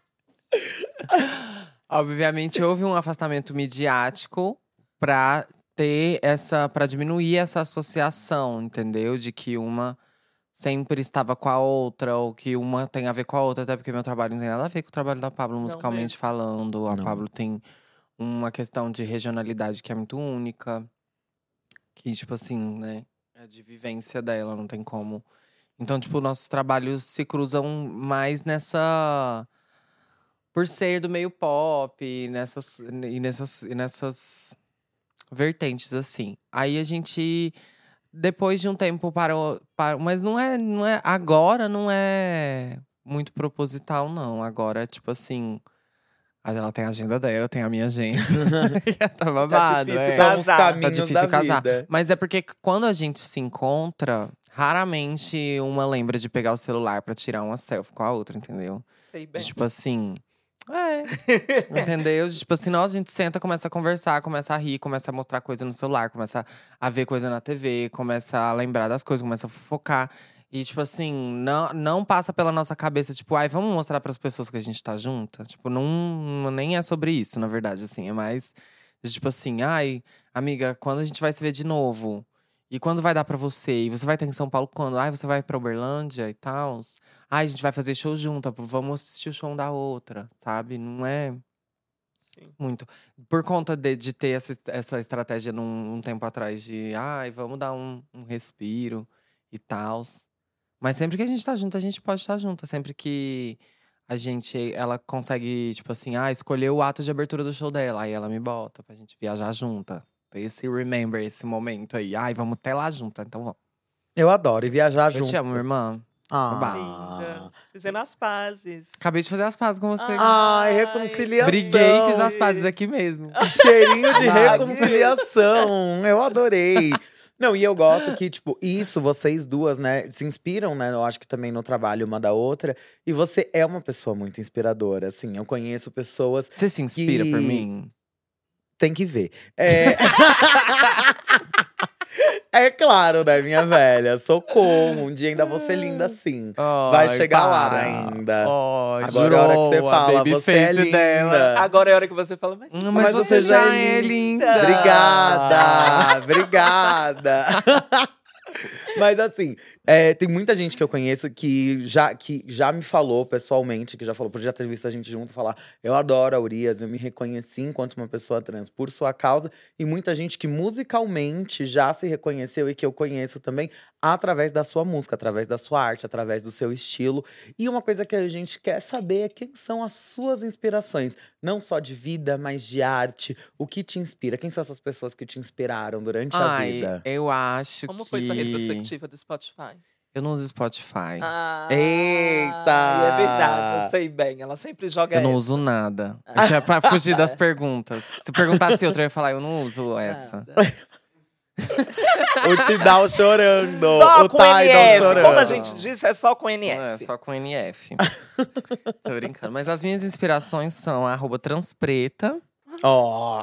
Obviamente, houve um afastamento midiático pra ter essa… Pra diminuir essa associação, entendeu? De que uma sempre estava com a outra, ou que uma tem a ver com a outra. Até porque meu trabalho não tem nada a ver com o trabalho da Pablo, musicalmente mesmo. falando. A Não. Pablo tem uma questão de regionalidade que é muito única. Que, tipo assim, né? É de vivência dela, não tem como. Então, tipo, nossos trabalhos se cruzam mais nessa… Por ser do meio pop, nessas vertentes, assim. Aí a gente, depois de um tempo, parou, mas não é. Agora não é muito proposital, não. Agora, tipo assim. Ela tem a agenda dela, eu tenho a minha agenda. E tá babado, difícil é. São os casar. caminhos Tá difícil da casar. vida. Mas é porque quando a gente se encontra, raramente uma lembra de pegar o celular pra tirar uma selfie com a outra, entendeu? Sei De, bem. tipo assim. Entendeu? De, tipo assim, nós a gente senta, começa a conversar, começa a rir, começa a mostrar coisa no celular, começa a ver coisa na TV, começa a lembrar das coisas, começa a fofocar. E, tipo assim, não passa pela nossa cabeça, tipo, ai, vamos mostrar pras pessoas que a gente tá junta. Tipo, nem é sobre isso, na verdade, assim. É mais, tipo assim, ai, amiga, quando a gente vai se ver de novo? E quando vai dar pra você? E você vai estar em São Paulo quando? Ai, você vai pra Uberlândia e tal? Ai, a gente vai fazer show junto, vamos assistir o show um da outra, sabe? Não é Sim. muito. Por conta de ter essa estratégia num tempo atrás de, ai, vamos dar um respiro e tal. Mas sempre que a gente tá junto, a gente pode estar junto. Sempre que ela consegue, tipo assim, escolher o ato de abertura do show dela. Aí ela me bota pra gente viajar junta. Ter esse remember, esse momento aí. Ai, vamos até lá junta, então vamos. Eu adoro e viajar Eu junto. te amo, minha irmã. Ah. Lindas. Fazendo as pazes. Acabei de fazer as pazes com você. Ai, reconciliação. Briguei e fiz as pazes aqui mesmo. Cheirinho de Vai. reconciliação. Eu adorei. Não, e eu gosto que, tipo, isso, vocês duas, né, se inspiram, né? Eu acho que também no trabalho uma da outra. E você é uma pessoa muito inspiradora, assim. Eu conheço pessoas Você se inspira por mim? tem que ver. É… É claro, né, minha velha? Socorro. Um dia ainda vou ser linda assim. Vai Ai, chegar lá para. ainda. Ai, Agora é a hora que você jurou, a fala, baby você é face linda. dela. Agora é a hora que você fala, mas Mas você já é linda. Obrigada, obrigada. Mas assim, tem muita gente que eu conheço que já me falou pessoalmente, que já falou, por já ter visto a gente junto, falar: eu adoro a Urias, eu me reconheci enquanto uma pessoa trans por sua causa. E muita gente que musicalmente já se reconheceu e que eu conheço também através da sua música, através da sua arte, através do seu estilo. E uma coisa que a gente quer saber é quem são as suas inspirações, não só de vida, mas de arte. O que te inspira? Quem são essas pessoas que te inspiraram durante a vida? Eu acho como que… foi sua retrospectiva do Spotify? Eu não uso Spotify. Eita! É verdade, eu sei bem. Ela sempre joga Eu não essa. uso nada. Que é pra fugir das perguntas. Se perguntasse outra, eu ia falar, eu não uso essa. Nada. O Tidal chorando. Só o com Tidal NF. chorando. Como a gente disse, é só com NF. É, só com NF. Tô brincando. Mas as minhas inspirações são @transpreta. Ó.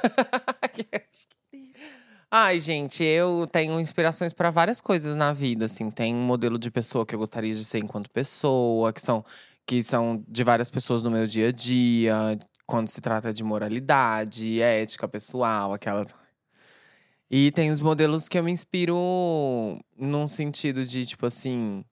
Ai, gente, eu tenho inspirações pra várias coisas na vida, assim. Tem um modelo de pessoa que eu gostaria de ser enquanto pessoa, que são de várias pessoas no meu dia a dia, quando se trata de moralidade, ética pessoal, aquelas. E tem os modelos que eu me inspiro num sentido de, tipo assim,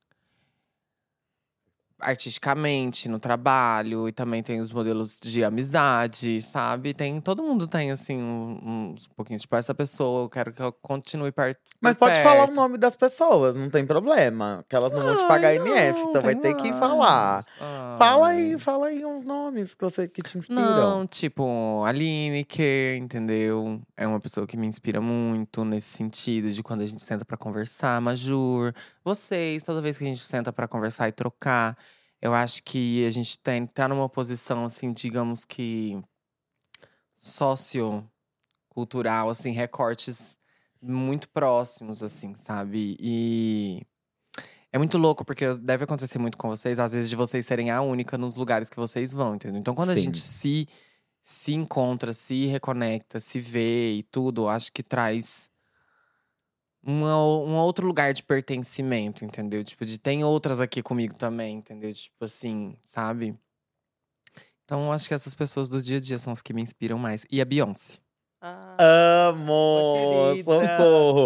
artisticamente, no trabalho, e também tem os modelos de amizade, sabe? Todo mundo tem, assim, uns pouquinhos. Tipo, essa pessoa, eu quero que ela continue perto. Mas pode falar o nome das pessoas, não tem problema. Que elas não vão te pagar NF, então vai ter que falar. Fala aí uns nomes que te inspiram. Não, tipo, a Lineker, entendeu? É uma pessoa que me inspira muito nesse sentido de quando a gente senta pra conversar. Majur, vocês, toda vez que a gente senta pra conversar e trocar, eu acho que a gente tá numa posição, assim, digamos que sociocultural, assim, recortes muito próximos, assim, sabe? E é muito louco, porque deve acontecer muito com vocês, às vezes, de vocês serem a única nos lugares que vocês vão, entendeu? Então, quando a Sim. gente se encontra, se reconecta, se vê e tudo, acho que traz um outro lugar de pertencimento, entendeu? Tipo, tem outras aqui comigo também, entendeu? Tipo assim, sabe? Então, acho que essas pessoas do dia a dia são as que me inspiram mais. E a Beyoncé. Amo! querida. Socorro!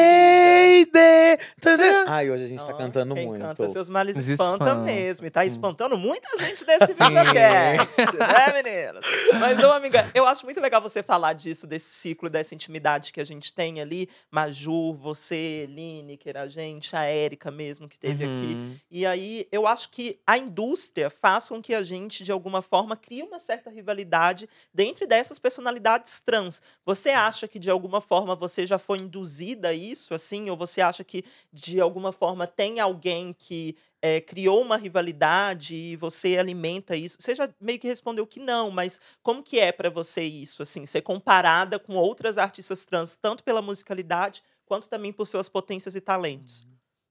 Baby! Tadã. Ai, hoje a gente tá Ó, cantando quem muito. canta seus males Mas espanta espanta. mesmo. E tá espantando muita gente desse Sim. videocast, né, meninas? Mas, ô, amiga, eu acho muito legal você falar disso, desse ciclo, dessa intimidade que a gente tem ali. Maju, você, Lineker, a gente, a Érica mesmo, que teve aqui. Uhum. E aí, eu acho que a indústria faz com que a gente, de alguma forma, crie uma certa rivalidade dentro dessas personalidades trans. Você acha que, de alguma forma, você já foi induzida a isso, assim? Ou você acha que, de alguma forma, tem alguém que criou uma rivalidade e você alimenta isso? Você já meio que respondeu que não, mas como que é pra você isso, assim? Ser comparada com outras artistas trans, tanto pela musicalidade, quanto também por suas potências e talentos?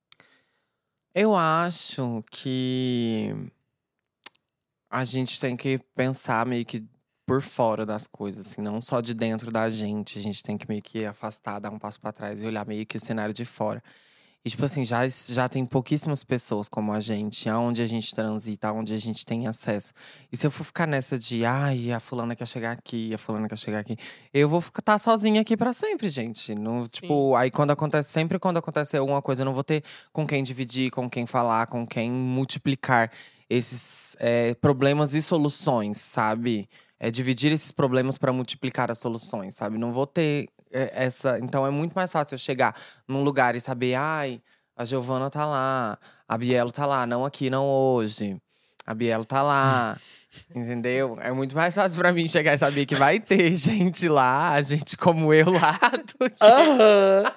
Eu acho que a gente tem que pensar meio que por fora das coisas, assim, não só de dentro da gente. A gente tem que meio que afastar, dar um passo pra trás e olhar meio que o cenário de fora. E, tipo assim, já tem pouquíssimas pessoas como a gente, aonde a gente transita, aonde a gente tem acesso. E se eu for ficar nessa de, ai, a fulana quer chegar aqui, a fulana quer chegar aqui, eu vou ficar sozinha aqui pra sempre, gente. Não, tipo, aí sempre quando acontece alguma coisa, eu não vou ter com quem dividir, com quem falar, com quem multiplicar esses problemas e soluções, sabe? Dividir esses problemas pra multiplicar as soluções, sabe? Não vou ter essa. Então é muito mais fácil eu chegar num lugar e saber, ai, a Giovana tá lá, a Bielo tá lá, não aqui, não hoje. A Bielo tá lá. Entendeu? É muito mais fácil pra mim chegar e saber que vai ter gente lá, gente como eu lá, do que. Aham.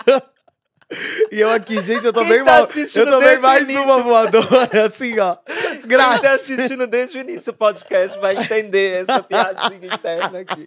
E eu aqui, gente, eu tô Quem bem tá mal. assistindo Eu tomei desde o mais início? uma voadora, assim, ó. Quem tá Graças. assistindo desde o início do podcast vai entender essa piadinha interna aqui.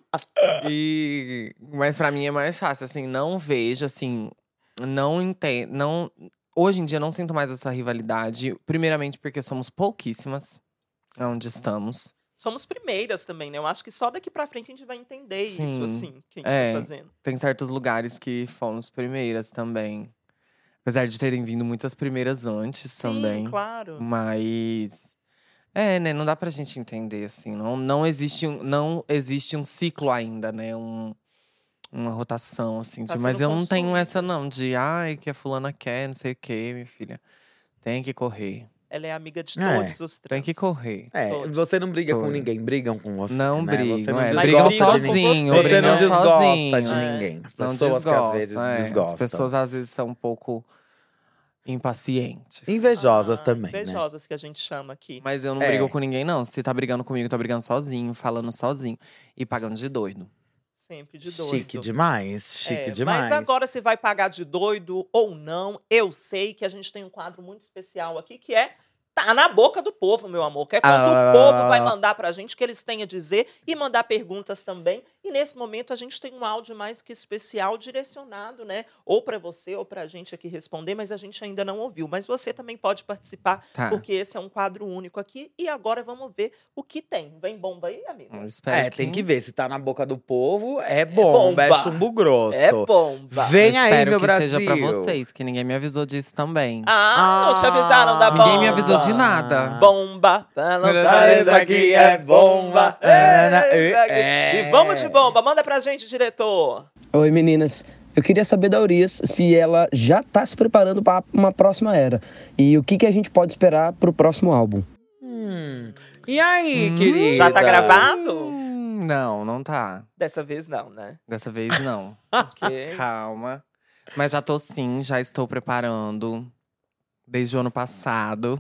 Mas pra mim é mais fácil, assim, não vejo, assim, não entendo. Não, hoje em dia eu não sinto mais essa rivalidade. Primeiramente porque somos pouquíssimas onde estamos. Somos primeiras também, né? Eu acho que só daqui pra frente a gente vai entender isso, Sim. assim, que a gente tá fazendo. Tem certos lugares que fomos primeiras também. Apesar de terem vindo muitas primeiras antes Sim, também. claro. Mas. Né? Não dá pra gente entender, assim. Não existe um ciclo ainda, né? Uma rotação, assim. Tá Mas sendo eu não tenho construído. essa, não. De, ai, que a fulana quer, não sei o quê, minha filha. Tem que correr. Ela é amiga de É, todos os trans. Tem que correr. Todos. Você não briga com Todos. ninguém, brigam com você, Não né? Você brigam, não é. Mas Brigam desgosta de ninguém. sozinho, você Você não brigam desgosta sozinhos. de ninguém. As Não pessoas que às vezes desgostam, desgostam. As pessoas às vezes são um pouco impacientes. Invejosas também, né? Invejosas que a gente chama aqui. Mas eu não É. brigo com ninguém, não. Se tá brigando comigo, tá brigando sozinho, falando sozinho. E pagando de doido. Sempre de doido. Chique demais, chique demais. Mas agora se vai pagar de doido ou não, eu sei que a gente tem um quadro muito especial aqui, que é Tá na boca do povo, meu amor. Que é quando o povo vai mandar pra gente o que eles têm a dizer e mandar perguntas também. E nesse momento a gente tem um áudio mais do que especial direcionado, né? Ou pra você ou pra gente aqui responder, mas a gente ainda não ouviu. Mas você também pode participar, Tá. porque esse é um quadro único aqui. E agora vamos ver o que tem. Vem bomba aí, amigo? Eu espero Tem que ver. Se tá na boca do povo, é bomba, é bomba. chumbo grosso. É bomba. Vem Eu aí, espero meu que Brasil. seja pra vocês, que ninguém me avisou disso também. Ah, não te avisaram da bomba. Ninguém me avisou de nada. Bomba, pra lançar Mas isso aqui é bomba. É. E vamos de bomba, manda pra gente, diretor. Oi, meninas. Eu queria saber da Urias se ela já tá se preparando para uma próxima era. E o que a gente pode esperar pro próximo álbum. E aí, querida? Já tá gravado? Não tá. Dessa vez não, né? Dessa vez não. Porque Calma. Mas já tô sim, já estou preparando. Desde o ano passado.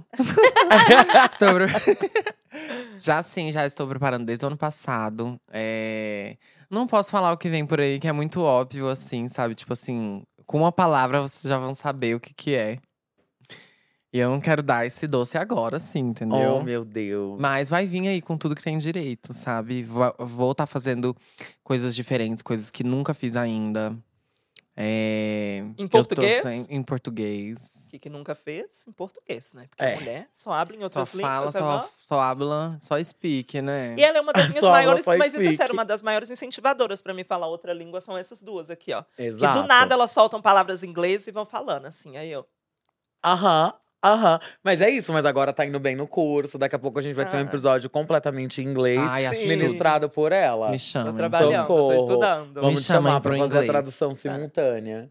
Já estou preparando desde o ano passado. Não posso falar o que vem por aí, que é muito óbvio, assim, sabe? Tipo assim, com uma palavra vocês já vão saber o que é. E eu não quero dar esse doce agora, sim, entendeu? Oh, meu Deus. Mas vai vir aí com tudo que tem direito, sabe? Vou estar fazendo coisas diferentes, coisas que nunca fiz ainda. Em que eu tô português? em português. que nunca fez, em português, né? Porque É. mulher só habla em Só outras fala, línguas. aham. só habla, só speak, né? E ela é uma das minhas Só maiores, faz mas isso é speak. sério, uma das maiores incentivadoras pra mim falar outra língua são essas duas aqui, ó. Exato. Que do nada elas soltam palavras em inglês e vão falando assim. Aí eu, Aham. Aham, mas é isso, mas agora tá indo bem no curso. Daqui a pouco a gente vai ter um Ah. episódio completamente em inglês, Ai, acho Sim. ministrado por ela. Me Tô chama. trabalhando, tô Socorro. estudando. Me Vamos te chamem chamar pra pro fazer a inglês. tradução simultânea.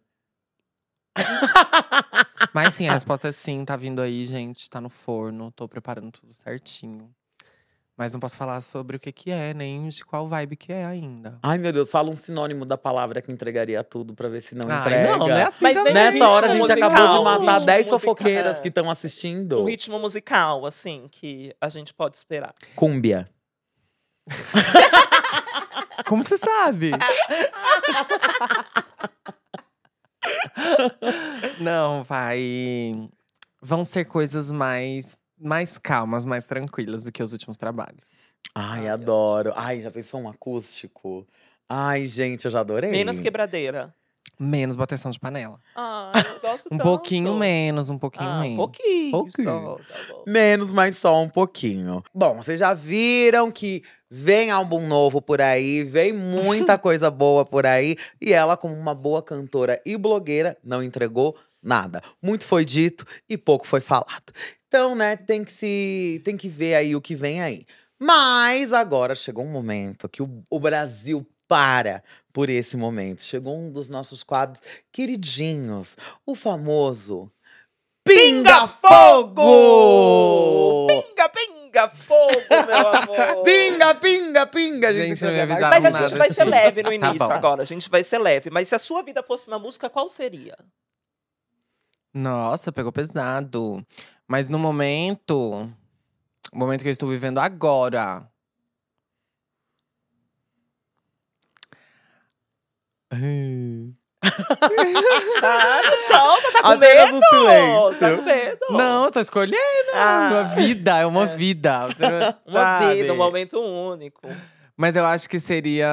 Mas sim, a resposta é sim, tá vindo aí, gente. Tá no forno, tô preparando tudo certinho. Mas não posso falar sobre o que que é, nem de qual vibe que é ainda. Ai, meu Deus, fala um sinônimo da palavra que entregaria tudo pra ver se não Ai, entrega. não é assim Mas também. nem Nessa hora a gente ritmo acabou de musical, matar ritmo 10 musical. fofoqueiras É. que estão assistindo. Um ritmo musical, assim, que a gente pode esperar. Cúmbia. Como você sabe? Não, vai. Vão ser coisas mais calmas, mais tranquilas do que os últimos trabalhos. Ai, Ai, adoro. Ai, já pensou um acústico? Ai, gente, eu já adorei. Menos quebradeira. Menos bateção de panela. Ai, eu gosto Um tanto. pouquinho menos, um pouquinho Ah, um menos. pouquinho. Pouquinho. Só, tá bom. Menos, mas só um pouquinho. Bom, vocês já viram que vem álbum novo por aí, vem muita coisa boa por aí. E ela, como uma boa cantora e blogueira, não entregou nada. Muito foi dito e pouco foi falado. Então, né, tem que ver aí o que vem aí. Mas agora chegou um momento que o Brasil para por esse momento. Chegou um dos nossos quadros queridinhos, o famoso Pinga Fogo! Pinga, pinga, fogo, meu amor! Pinga, pinga, pinga! Gente, não me vai- avisaram Mas a nada gente vai ser disso. leve no Tá início bom. agora. A gente vai ser leve. Mas se a sua vida fosse uma música, qual seria? Nossa, pegou pesado. Mas no momento. O momento que eu estou vivendo agora. Solta, tá com Apenas medo? um silêncio. Tá com medo? Não, eu tô escolhendo. Ah. Uma vida, é uma vida. Você não Uma sabe. vida, um momento único. Mas eu acho que seria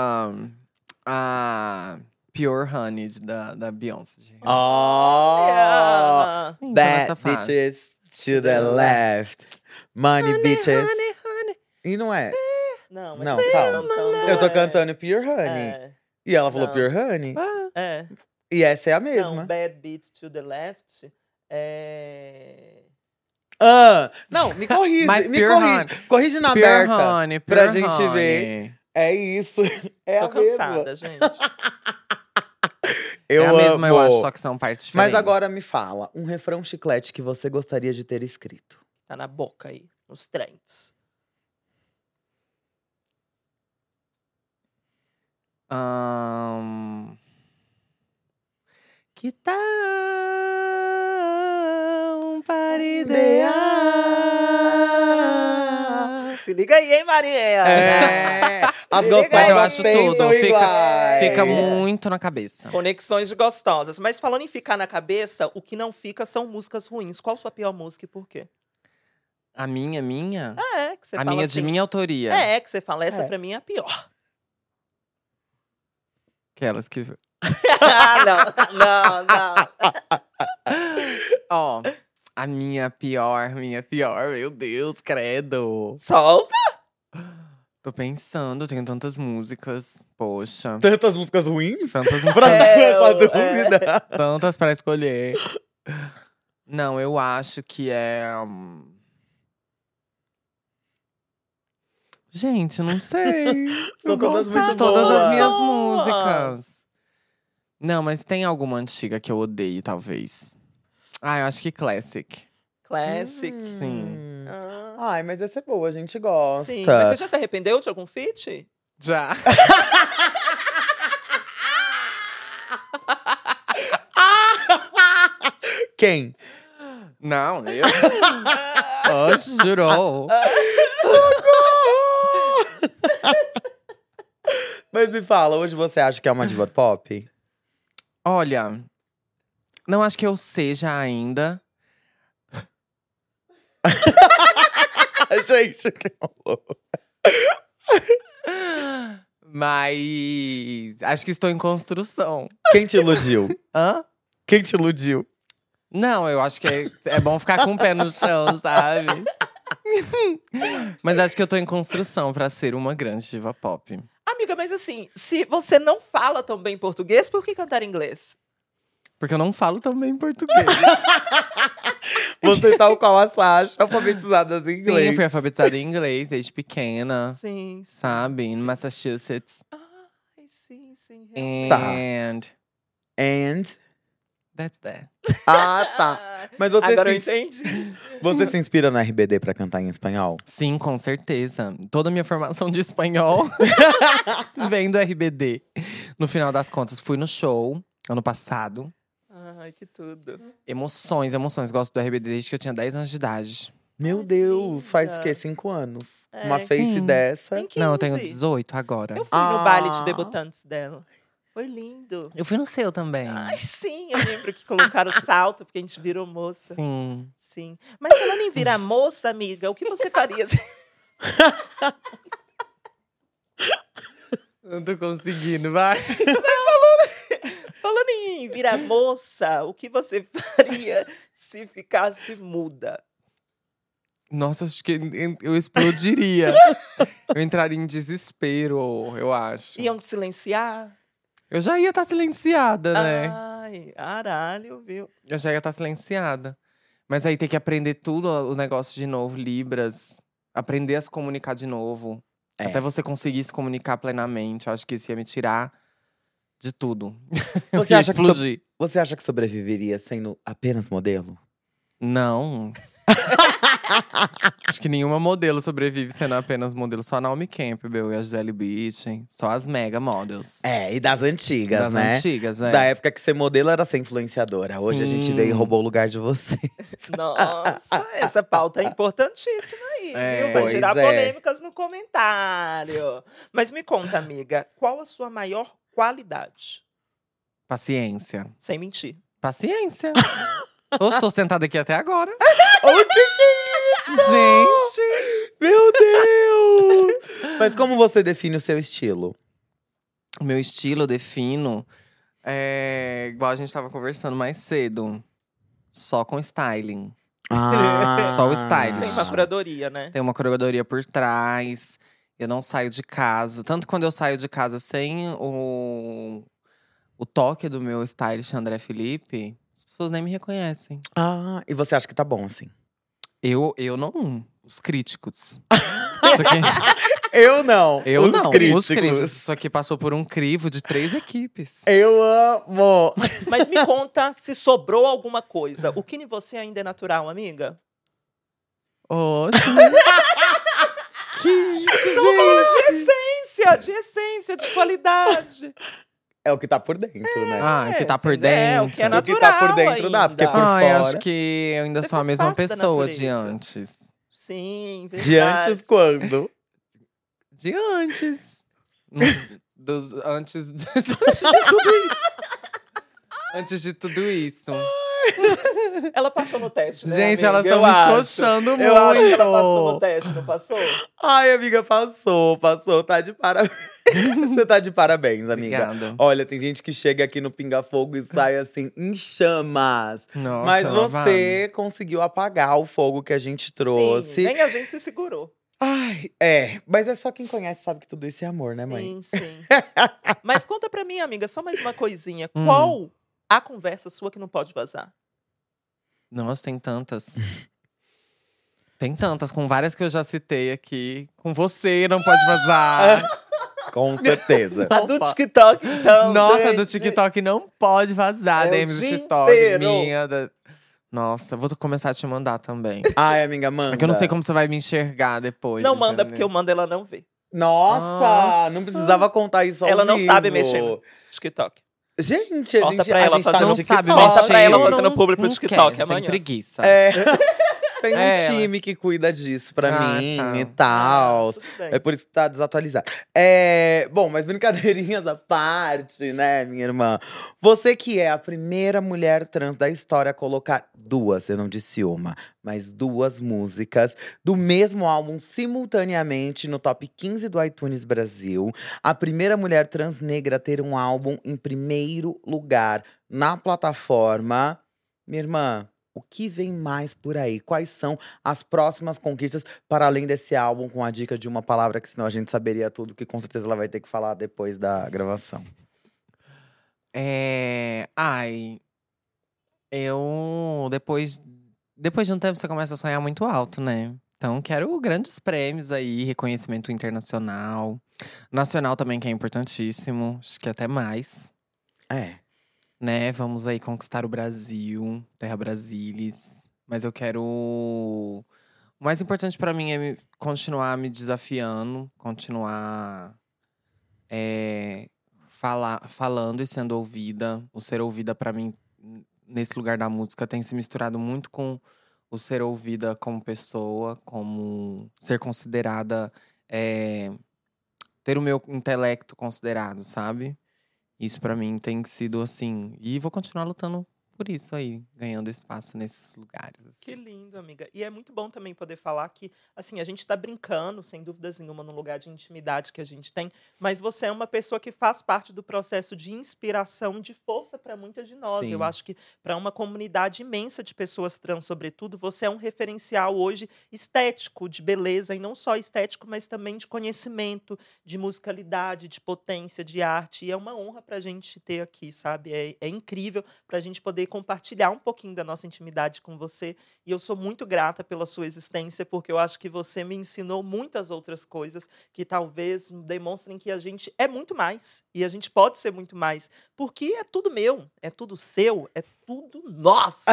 a Pure Honey da Beyoncé. gente. Oh, Ah, Sim, tá nessa bad fase. bitches to the left. Money bitches. honey. E não é. Não, mas Não, você calma. tá cantando, Eu tô é. cantando Pure Honey. É, E ela falou Não. Pure Honey. é. E essa é a Não, mesma. bad beat to the left. É. Ah, não, me corrige. Mas me Pure corrige. Honey. Corrige na Pure aberta. Honey, pra Pure gente Honey. ver. É isso. É Tô a mesma. cansada, gente. Eu é a mesma, eu amo. acho, só que são partes diferentes. Mas agora me fala, um refrão chiclete que você gostaria de ter escrito. Tá na boca aí, nos trends. Que tal para idear? Se liga aí, hein, Maria? É, as Se liga aí. Mas eu gostosas acho pensam tudo, iguais. fica muito na cabeça. Conexões de gostosas. Mas falando em ficar na cabeça, o que não fica são músicas ruins. Qual sua pior música e por quê? A minha? Que você A fala minha assim, de minha autoria. que você fala, essa É. pra mim é a pior. Aquelas que… não. Ó, a minha pior, meu Deus, credo. Solta! Tô pensando, tenho tantas músicas. Poxa, Tantas músicas ruins? tantas Pra músicas, essa É, dúvida. tantas pra escolher. Não, eu acho que é… Gente, eu não sei. São Eu todas gosto muito de todas boas. as minhas Boas. músicas. Não, mas tem alguma antiga que eu odeio, talvez. Ah, eu acho que Classic. Classics. Sim. Ah, Ai, mas essa é boa, a gente gosta. sim. Mas você já se arrependeu de algum feat? Já. Quem? Não, eu. Oxe, jurou. Mas me fala, hoje você acha que é uma diva pop? Olha, não acho que eu seja ainda. Gente, que horror. Mas acho que estou em construção. Quem te iludiu? Hã? Quem te iludiu? Não, eu acho que é bom ficar com o pé no chão, sabe? Mas acho que eu tô em construção pra ser uma grande diva pop. Amiga, mas assim, se você não fala tão bem português, por que cantar em inglês? Porque eu não falo tão bem português. Você tal qual a Sasha, alfabetizada em Sim, inglês. eu fui alfabetizada em inglês desde pequena, Sim, sim. sabe? Em Massachusetts. Ai, sim, realmente. Tá. And And… that's that. Ah, tá. Mas você Agora eu se, entendi. você se inspira no RBD pra cantar em espanhol? Sim, com certeza. Toda a minha formação de espanhol vem do RBD. No final das contas, fui no show ano passado. Ai, que tudo. Emoções, emoções. Gosto do RBD desde que eu tinha 10 anos de idade. Meu Ai, Deus, faz o linda. quê? 5 anos? É, Uma face sim. dessa. Tem 15. Não, eu tenho 18 agora. Eu fui no baile de Ah. debutantes dela. Foi lindo. Eu fui no seu também. Ai, sim, eu lembro que colocaram salto, porque a gente virou moça. Sim. Sim. Mas falando em virar moça, amiga, o que você faria? Não tô conseguindo, vai. Falando em virar moça, o que você faria se ficasse muda? Nossa, acho que eu explodiria. Eu entraria em desespero, eu acho. Iam te silenciar? Eu já ia estar silenciada, né? Ai, caralho, viu? Eu já ia estar silenciada. Mas aí tem que aprender tudo, o negócio de novo, Libras. Aprender a se comunicar de novo. É. Até você conseguir se comunicar plenamente. Eu acho que isso ia me tirar de tudo. Eu Você ia acha que explodir. Você acha que sobreviveria sendo apenas modelo? Não. Acho que nenhuma modelo sobrevive sendo apenas modelo. Só a Naomi Campbell e a Gisele Bündchen. Só as mega models. É, e das antigas, Das né? antigas, é. Da época que ser modelo era ser influenciadora. Hoje a gente Sim. veio e roubou o lugar de você. Nossa, essa pauta é importantíssima aí, É. viu? Vai Pois gerar é. polêmicas no comentário. Mas me conta, amiga, qual a sua maior qualidade? Paciência. Sem mentir. Paciência. Eu estou sentada aqui até agora. O que é isso? Gente! Meu Deus! Mas como você define o seu estilo? O meu estilo eu defino igual a gente tava conversando mais cedo. Só com styling. Só o style. Tem uma curadoria, né? Tem uma curadoria por trás. Eu não saio de casa. Tanto quando eu saio de casa sem o toque do meu stylist André Felipe, as pessoas nem me reconhecem. Ah, e você acha que tá bom, assim? Eu não. Os críticos. Isso aqui, Eu não. eu Os não. críticos. Os críticos. Isso aqui passou por um crivo de 3 equipes. Eu amo. Mas me conta se sobrou alguma coisa. O que em você ainda é natural, amiga? Oxe. Que isso, Estamos falando gente? de essência, de qualidade. É o que tá por dentro, né? Ah, o que tá por É, dentro. o que é O natural que tá por dentro dá, porque por Ah, eu fora. acho que eu ainda Você sou a faz mesma parte da pessoa de natureza. antes. Sim, verdade. De antes quando? De antes. Antes de tudo isso. Antes de tudo isso. Ela passou no teste, né, Gente, amiga? elas Eu estão me acho. xoxando muito. Eu acho que ela passou no teste, não passou? Ai, amiga, passou. Tá de parabéns. Você tá de parabéns, amiga. Obrigada. Olha, tem gente que chega aqui no Pinga Fogo e sai assim, em chamas. Nossa, Mas lavada. você conseguiu apagar o fogo que a gente trouxe. Sim, nem a gente se segurou. Ai, mas é só quem conhece sabe que tudo isso é amor, né, mãe? Sim, sim. Mas conta pra mim, amiga, só mais uma coisinha. Hum. Qual a conversa sua que não pode vazar? Nossa, tem tantas. Tem tantas, com várias que eu já citei aqui. Com você, não pode vazar. Com certeza. A do Opa. TikTok, então. Nossa, gente. do TikTok não pode vazar. É o DM do dia TikTok, inteiro. minha. Nossa, vou começar a te mandar também. Ai, amiga, manda. É que eu não sei como você vai me enxergar depois. Não manda, entendeu? porque eu mando ela não vê. Nossa, Nossa. não precisava contar isso ao Ela não vivo. sabe mexer no TikTok. Gente, Corta a pra ela gente tá fazer no Não TikTok. sabe Corta mexer. pra ela eu fazendo não- publi pro não TikTok quero, amanhã. Tem preguiça. É. Tem um É, ela. time que cuida disso pra Ah, mim tá. e tal. Tudo bem. É por isso que tá desatualizado. Bom, mas brincadeirinhas à parte, né, minha irmã? Você que é a primeira mulher trans da história a colocar duas, eu não disse uma, mas duas músicas do mesmo álbum simultaneamente no top 15 do iTunes Brasil. A primeira mulher trans negra a ter um álbum em primeiro lugar na plataforma. Minha irmã, o que vem mais por aí? Quais são as próximas conquistas para além desse álbum, com a dica de uma palavra que senão a gente saberia tudo, que com certeza ela vai ter que falar depois da gravação. Ai, Depois de um tempo, você começa a sonhar muito alto, né? Então, quero grandes prêmios aí, reconhecimento internacional. Nacional também, que é importantíssimo. Acho que até mais, É. né? Vamos aí conquistar o Brasil, Terra Brasilis. Mas eu quero… O mais importante pra mim é continuar me desafiando. Continuar falando e sendo ouvida. O ser ouvida, pra mim, nesse lugar da música, tem se misturado muito com o ser ouvida como pessoa, como ser considerada, ter o meu intelecto considerado, sabe? Isso pra mim tem sido assim. E vou continuar lutando por isso aí, ganhando espaço nesses lugares. Assim. Que lindo, amiga. E é muito bom também poder falar que, assim, a gente tá brincando, sem dúvidas nenhuma, num lugar de intimidade que a gente tem, mas você é uma pessoa que faz parte do processo de inspiração, de força para muitas de nós. Sim. Eu acho que para uma comunidade imensa de pessoas trans, sobretudo, você é um referencial hoje estético, de beleza, e não só estético, mas também de conhecimento, de musicalidade, de potência, de arte. E é uma honra pra gente te ter aqui, sabe? É incrível pra gente poder compartilhar um pouquinho da nossa intimidade com você. E eu sou muito grata pela sua existência, porque eu acho que você me ensinou muitas outras coisas que talvez demonstrem que a gente é muito mais. E a gente pode ser muito mais. Porque é tudo meu, é tudo seu, é tudo nosso.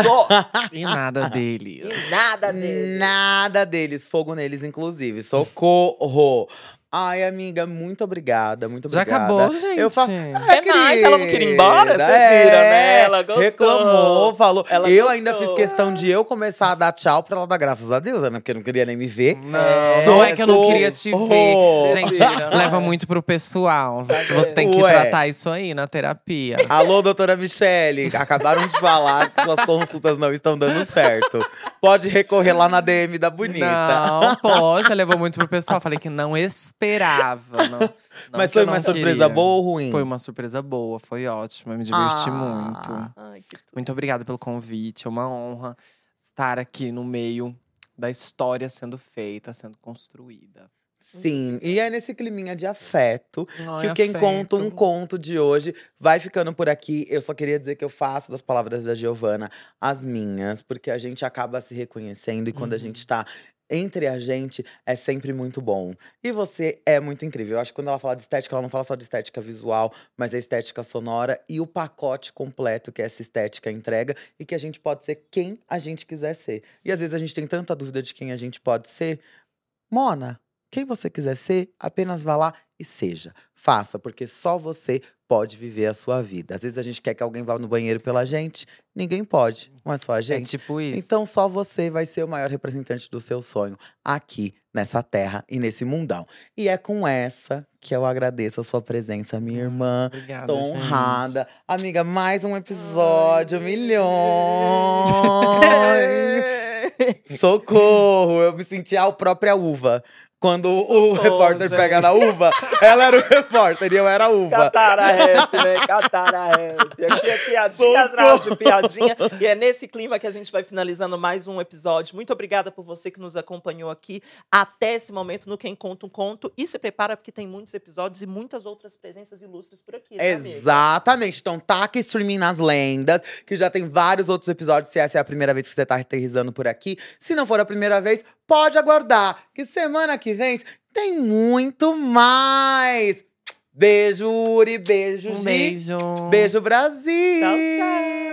E nada dele. E nada dele. Nada deles, fogo neles, inclusive. Socorro! Ai, amiga, muito obrigada, muito Já obrigada. acabou, gente? Eu faço. É mais, ela não queria ir embora? Vocês viram, né? Ela gostou. Reclamou, falou. Ela eu gostou. ainda fiz questão de eu começar a dar tchau pra ela dar graças a Deus, né? Porque eu não queria nem me ver. Não é que eu não queria te ver. Socorro. Gente, leva muito pro pessoal. Você tem que Ué. tratar isso aí na terapia. Alô, doutora Michele, acabaram de falar que suas consultas não estão dando certo. Pode recorrer lá na DM da Bonita. Não, poxa, levou muito pro pessoal. Falei que não esperava. Não Mas que foi eu não uma surpresa queria. boa ou ruim? Foi uma surpresa boa, foi ótimo. Eu me diverti Ah. muito. Ai, que tudo. Muito obrigada pelo convite. É uma honra estar aqui no meio da história sendo feita, sendo construída. Sim, e é nesse climinha de afeto Ai, que o Quem afeto. Conta um Conto de hoje vai ficando por aqui. Eu só queria dizer que eu faço das palavras da Giovana as minhas, porque a gente acaba se reconhecendo e quando a gente tá entre a gente é sempre muito bom. E você é muito incrível. Eu acho que quando ela fala de estética, ela não fala só de estética visual, mas a estética sonora e o pacote completo que essa estética entrega e que a gente pode ser quem a gente quiser ser. E às vezes a gente tem tanta dúvida de quem a gente pode ser. Mona, quem você quiser ser, apenas vá lá e seja. Faça, porque só você pode viver a sua vida. Às vezes a gente quer que alguém vá no banheiro pela gente, ninguém pode, não é só a É gente. tipo isso. Então só você vai ser o maior representante do seu sonho aqui nessa terra e nesse mundão. E é com essa que eu agradeço a sua presença, minha irmã. Obrigada, Estou gente. honrada. Amiga, mais um episódio, milhões. Socorro, eu me senti a própria uva. Quando o repórter gente. pega na uva, ela era o repórter e eu era a uva. Catara rap, né? Catara rap. Aqui é piadinha atrás de piadinha. E é nesse clima que a gente vai finalizando mais um episódio. Muito obrigada por você que nos acompanhou aqui até esse momento no Quem Conta um Conto. E se prepara porque tem muitos episódios e muitas outras presenças ilustres por aqui, né, amiga? Exatamente. Então taca streaming nas lendas, que já tem vários outros episódios, se essa é a primeira vez que você tá aterrissando por aqui. Se não for a primeira vez, pode aguardar, que semana que vem tem muito mais. Beijo, Uri, beijo, Um Gi. beijo. Beijo, Brasil. Tchau, tchau.